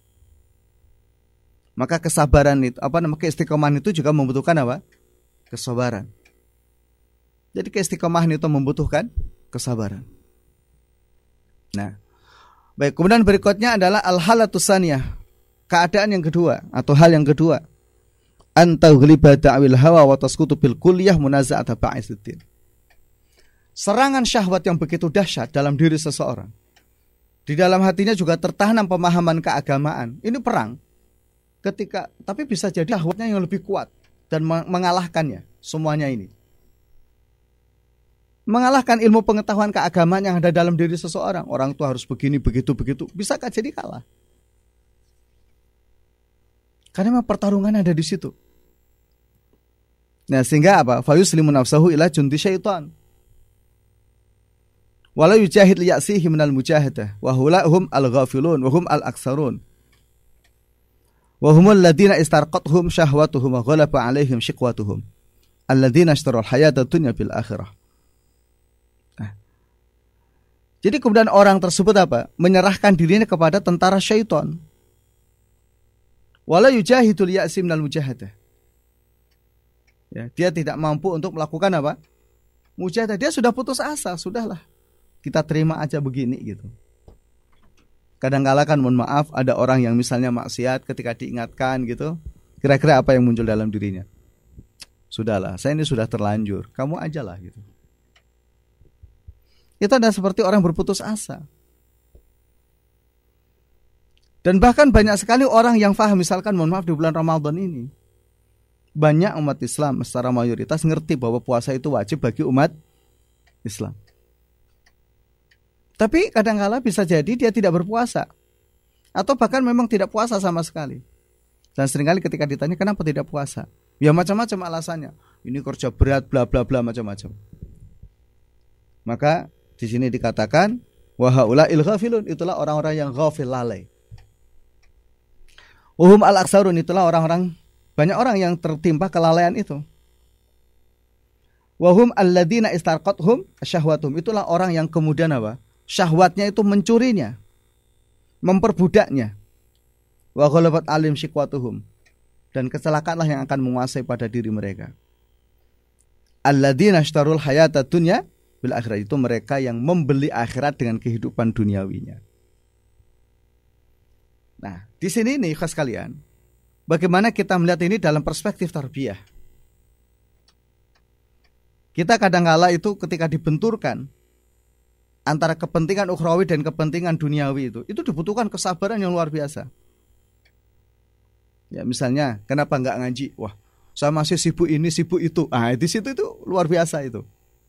Maka kesabaran itu, keistiqomahan itu juga membutuhkan apa? Kesabaran. Jadi keistiqomahan itu membutuhkan kesabaran. Nah, baik, kemudian berikutnya adalah al-halatus tsaniyah, keadaan yang kedua atau hal yang kedua. Antaghlibah ta'wil hawa wa tasqutu bil kulliyah munaza'at ba'isuddin. Serangan syahwat yang begitu dahsyat dalam diri seseorang Di dalam hatinya juga tertanam pemahaman keagamaan. Ini perang. Tapi bisa jadi syahwatnya yang lebih kuat dan mengalahkannya semuanya ini. Mengalahkan ilmu pengetahuan keagamaan yang ada dalam diri seseorang. Orang tua harus begini, begitu. Bisakah jadi kalah? Karena memang pertarungan ada di situ. Nah, sehingga apa? Fayuslimu nafsahu ila jundi syaitan. Wala yujahid liya'sihi minal mujahadah. Wahulahum al-ghafilun. Wahum al-aksarun. Wahumul ladina istarqathum syahwatuhum. Wa ghalaba alaihim syikwatuhum. Alladina ashtarul hayata dunya bil akhirah. Jadi kemudian orang tersebut apa? Menyerahkan dirinya kepada tentara syaitan. Wala yujahidul ya'si minal mujahadah. Ya, dia tidak mampu untuk melakukan apa? Mujahadah. Dia sudah putus asa, sudahlah. Kita terima aja begini gitu. Kadang-kala kan mohon maaf ada orang yang misalnya maksiat ketika diingatkan gitu. Kira-kira apa yang muncul dalam dirinya? Sudahlah, saya ini sudah terlanjur. Kamu ajalah gitu. Itu adalah seperti orang berputus asa. Dan bahkan banyak sekali orang yang faham, misalkan mohon maaf di bulan Ramadan ini, banyak umat Islam secara mayoritas ngerti bahwa puasa itu wajib bagi umat Islam. Tapi kadang-kala bisa jadi dia tidak berpuasa, atau bahkan memang tidak puasa sama sekali. Dan seringkali ketika ditanya kenapa tidak puasa, ya macam-macam alasannya. Ini kerja berat, bla bla bla, macam-macam. Maka di sini dikatakan wa haula'il ghafilun, itulah orang-orang yang ghafil, lalai. Uhum al-aksarun, itulah orang-orang, banyak orang yang tertimpa kelalaian itu. Wahum alladina istarqathum syahwatum, itulah orang yang kemudian apa? Syahwatnya itu mencurinya, memperbudaknya. Wa ghalabat alim syikwatuhum, dan kecelakaanlah yang akan menguasai pada diri mereka. Alladina ashtarul hayata dunya bil akhirat, itu mereka yang membeli akhirat dengan kehidupan duniawinya. Nah, di sini nih khas kalian, bagaimana kita melihat ini dalam perspektif tarbiyah. Kita kadang-kala itu ketika dibenturkan antara kepentingan ukhrawi dan kepentingan duniawi itu dibutuhkan kesabaran yang luar biasa. Ya misalnya, kenapa nggak ngaji? Wah, saya masih sibuk ini, sibuk itu. Ah, di situ itu luar biasa itu.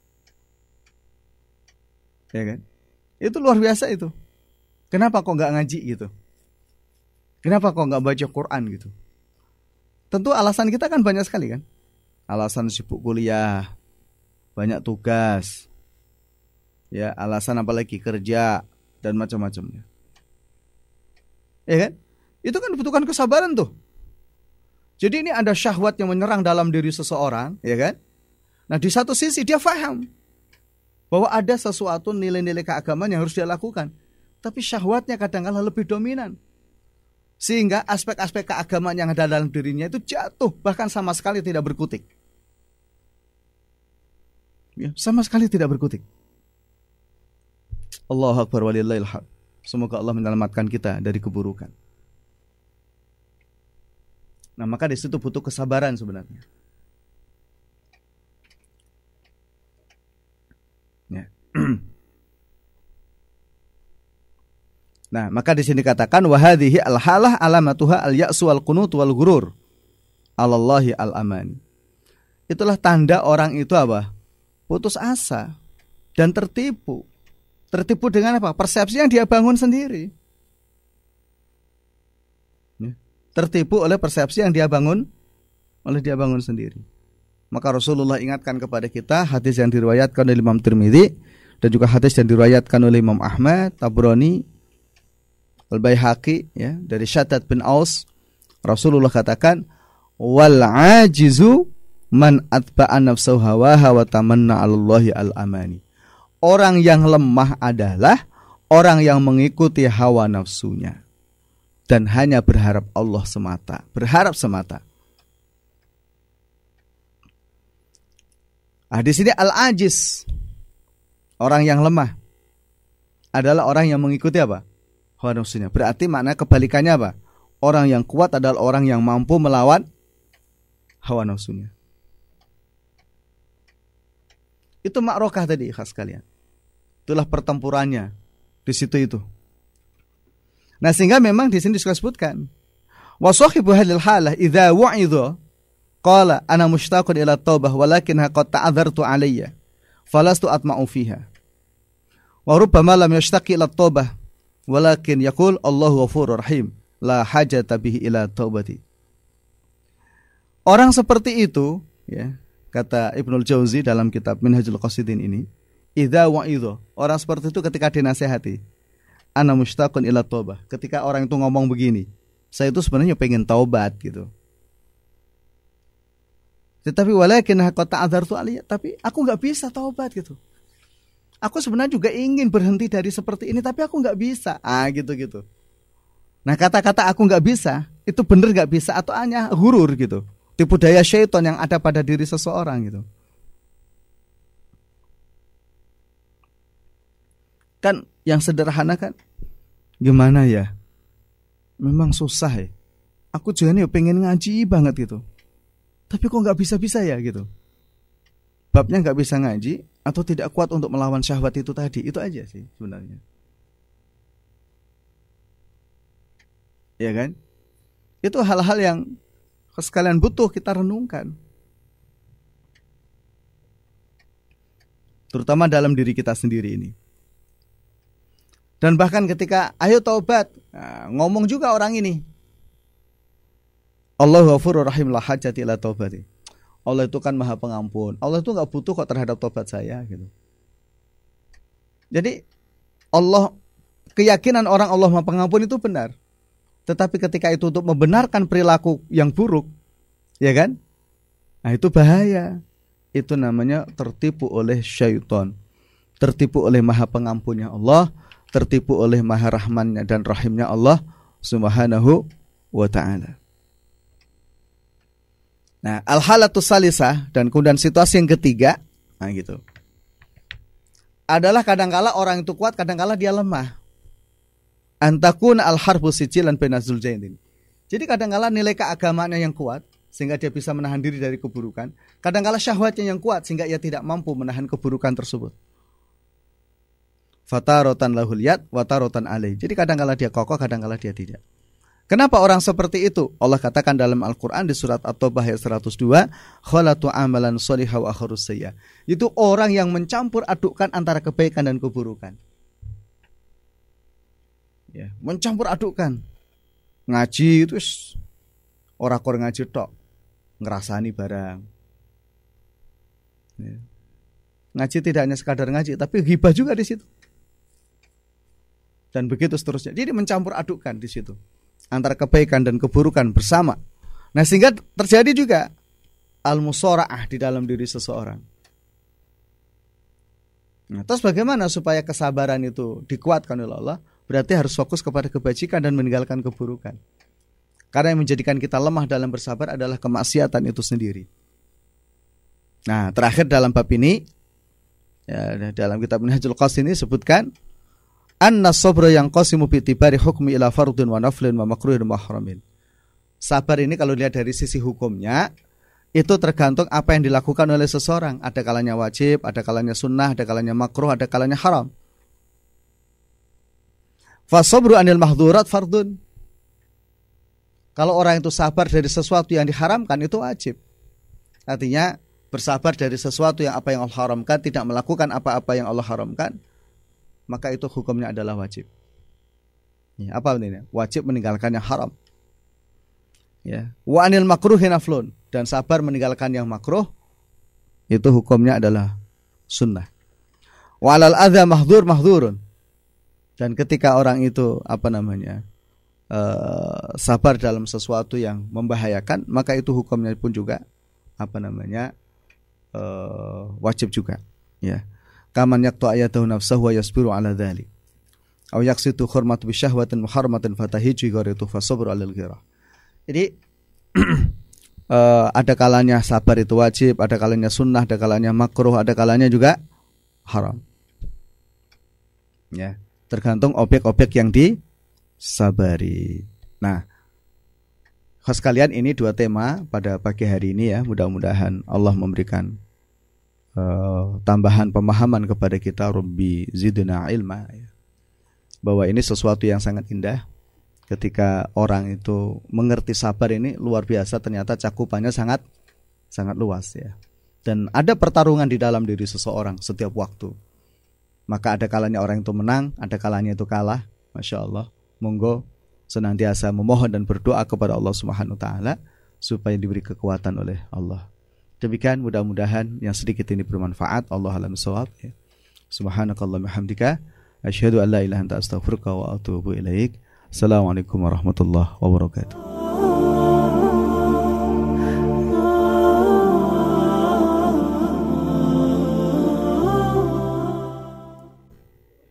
Ya kan? Itu luar biasa itu. Kenapa kok nggak ngaji gitu? Kenapa kok nggak baca Quran gitu? Tentu alasan kita kan banyak sekali kan. Alasan sibuk kuliah, banyak tugas, ya alasan apalagi kerja dan macam-macamnya. Ya kan? Itu kan dibutuhkan kesabaran tuh. Jadi ini ada syahwat yang menyerang dalam diri seseorang, ya kan? Nah di satu sisi dia faham bahwa ada sesuatu nilai-nilai keagamaan yang harus dia lakukan, tapi syahwatnya kadang-kadang lebih dominan, sehingga aspek-aspek keagamaan yang ada dalam dirinya itu jatuh, bahkan sama sekali tidak berkutik. Ya, sama sekali tidak berkutik. Allahu Akbar walillahil hamd. Semoga Allah menyelamatkan kita dari keburukan. Nah, maka di situ butuh kesabaran sebenarnya. Ya. Nah, maka di sini katakan wa hadhihi al-halah alamatuha al-ya'su wal qunut wal ghurur. Alallahi al-amani. Itulah tanda orang itu apa? Putus asa dan tertipu. Tertipu dengan apa? Persepsi yang dia bangun sendiri. Ya. Tertipu oleh persepsi yang dia bangun sendiri. Maka Rasulullah ingatkan kepada kita hadis yang diriwayatkan oleh Imam Tirmidzi dan juga hadis yang diriwayatkan oleh Imam Ahmad, Tabrani, Al-Baihaqi, ya, dari Shaddad bin Aus. Rasulullah katakan, wal ajizu man atba'a nafsahu hawaha wa tamanna 'alallahi al-amani. Orang yang lemah adalah orang yang mengikuti hawa nafsunya dan hanya berharap Allah semata, berharap semata. Nah, di sini al-ajiz, orang yang lemah, adalah orang yang mengikuti apa? Hawa nafsunya. Berarti makna kebalikannya apa? Orang yang kuat adalah orang yang mampu melawan hawa nafsunya. Itu makrokah tadi khas kalian. Itulah pertempurannya di situ itu. Nah, sehingga memang di sini disebutkan wa sahibu hadhil halah idza wa'idha qala ana mushtaqun ila taubah walakin qad ta'adzartu alayya falastu atma'u fiha. Wa rubbama lam yashtaqi ila taubah walakin yaqul Allahu ghafurur rahim la hajata bihi ila taubati. Orang seperti itu, ya, kata Ibnul Jauzi dalam kitab Minhajul Qasidin ini, idza wa'idha, orang seperti itu ketika dinasihati, ana mushtaqun ila taubah, ketika orang itu ngomong begini, saya itu sebenarnya pengen taubat gitu. Tetapi walakin qad ta'adzartu alayya, tapi aku enggak bisa taubat gitu. Aku sebenarnya juga ingin berhenti dari seperti ini, tapi aku enggak bisa. Gitu. Nah, kata-kata aku enggak bisa, itu benar enggak bisa atau hanya hurur gitu. Tipu daya syaitan yang ada pada diri seseorang gitu. Kan yang sederhana kan, gimana ya? Memang susah ya. Aku juga nih pengen ngaji banget gitu. Tapi kok nggak bisa-bisa ya gitu. Babnya nggak bisa ngaji atau tidak kuat untuk melawan syahwat itu tadi. Itu aja sih sebenarnya. Ya kan? Itu hal-hal yang sekalian butuh kita renungkan. Terutama dalam diri kita sendiri ini. Dan bahkan ketika ayo taubat, ngomong juga orang ini, Allahu ghafurur rahim la hajati ila taubati. Allah itu kan maha pengampun. Allah itu gak butuh kok terhadap taubat saya gitu. Jadi Allah, keyakinan orang Allah maha pengampun itu benar. Tetapi ketika itu untuk membenarkan perilaku yang buruk, ya kan? Nah, itu bahaya. Itu namanya tertipu oleh syaitan. Tertipu oleh maha pengampunnya Allah, tertipu oleh maha rahmannya dan rahimnya Allah subhanahu wa ta'ala. Nah, al-halatus salisah, dan kemudian situasi yang ketiga, nah gitu, adalah kadangkala orang itu kuat, kadangkala dia lemah. Antakun al-harbu sijilan baina zuljainin. Jadi kadangkala nilai keagamaannya yang kuat sehingga dia bisa menahan diri dari keburukan. Kadangkala syahwatnya yang kuat sehingga ia tidak mampu menahan keburukan tersebut. Fatarotan lahul yad wa tarotan alaih. Jadi kadangkala dia kokoh, kadangkala dia tidak. Kenapa orang seperti itu? Allah katakan dalam Al-Qur'an di surat At-Taubah ayat 102, khalatu amalan sholiha wa akharus sayyi'ah. Itu orang yang mencampur adukkan antara kebaikan dan keburukan. Ya, mencampur adukkan. Ngaji itu ora kor ngaji tok, ngerasani barang. Ya. Ngaji tidak hanya sekadar ngaji, tapi ghibah juga di situ. Dan begitu seterusnya. Jadi mencampur adukkan di situ antara kebaikan dan keburukan bersama. Nah, sehingga terjadi juga al-musara'ah di dalam diri seseorang. Nah, terus bagaimana supaya kesabaran itu dikuatkan oleh Allah? Berarti harus fokus kepada kebajikan dan meninggalkan keburukan. Karena yang menjadikan kita lemah dalam bersabar adalah kemaksiatan itu sendiri. Nah, terakhir dalam bab ini, ya, dalam kitab Minhajul Qasidin ini sebutkan anna sabra yang qasimu bi itibari hukmi ila fardhin wa naflin wa makruhin wa haramin. Sabar ini kalau lihat dari sisi hukumnya, itu tergantung apa yang dilakukan oleh seseorang. Ada kalanya wajib, ada kalanya sunnah, ada kalanya makruh, ada kalanya haram. Fasabru anil mahdhurat fardun. Kalau orang itu sabar dari sesuatu yang diharamkan itu wajib. Artinya bersabar dari sesuatu yang apa yang Allah haramkan, tidak melakukan apa-apa yang Allah haramkan, maka itu hukumnya adalah wajib. Ya, apa ini? Wajib meninggalkan yang haram. Ya, wa anil makruhi naflun, dan sabar meninggalkan yang makruh itu hukumnya adalah sunnah. Wa alal adza mahdhurun. Dan ketika orang itu sabar dalam sesuatu yang membahayakan, maka itu hukumnya pun juga wajib juga. Ya, kaman yaqtu ayatahu nafsahu wa yasbiru ala dzalik. Aw yaqsitu hurmatu bi syahwatin muharramatin fatahiju gharitu fasabru alal ghirah. Jadi ada kalanya sabar itu wajib, ada kalanya sunnah, ada kalanya makruh, ada kalanya juga haram. Ya, tergantung objek-objek yang disabari. Nah, sekalian ini dua tema pada pagi hari ini ya. Mudah-mudahan Allah memberikan tambahan pemahaman kepada kita. Rabbi zidna ilma ya. Bahwa ini sesuatu yang sangat indah Ketika orang itu mengerti sabar ini luar biasa, ternyata cakupannya sangat luas ya. Dan ada pertarungan di dalam diri seseorang setiap waktu. Maka ada kalanya orang itu menang, ada kalanya itu kalah. Masya Allah. Monggo senantiasa memohon dan berdoa kepada Allah Subhanahu wa taala supaya diberi kekuatan oleh Allah. Demikian, mudah-mudahan yang sedikit ini bermanfaat. Allah a'lam bishawab ya. Subhanakallahumma hamdika asyhadu an la ilaha illa anta astaghfiruka wa atubu ilaik. Assalamualaikum warahmatullahi wabarakatuh.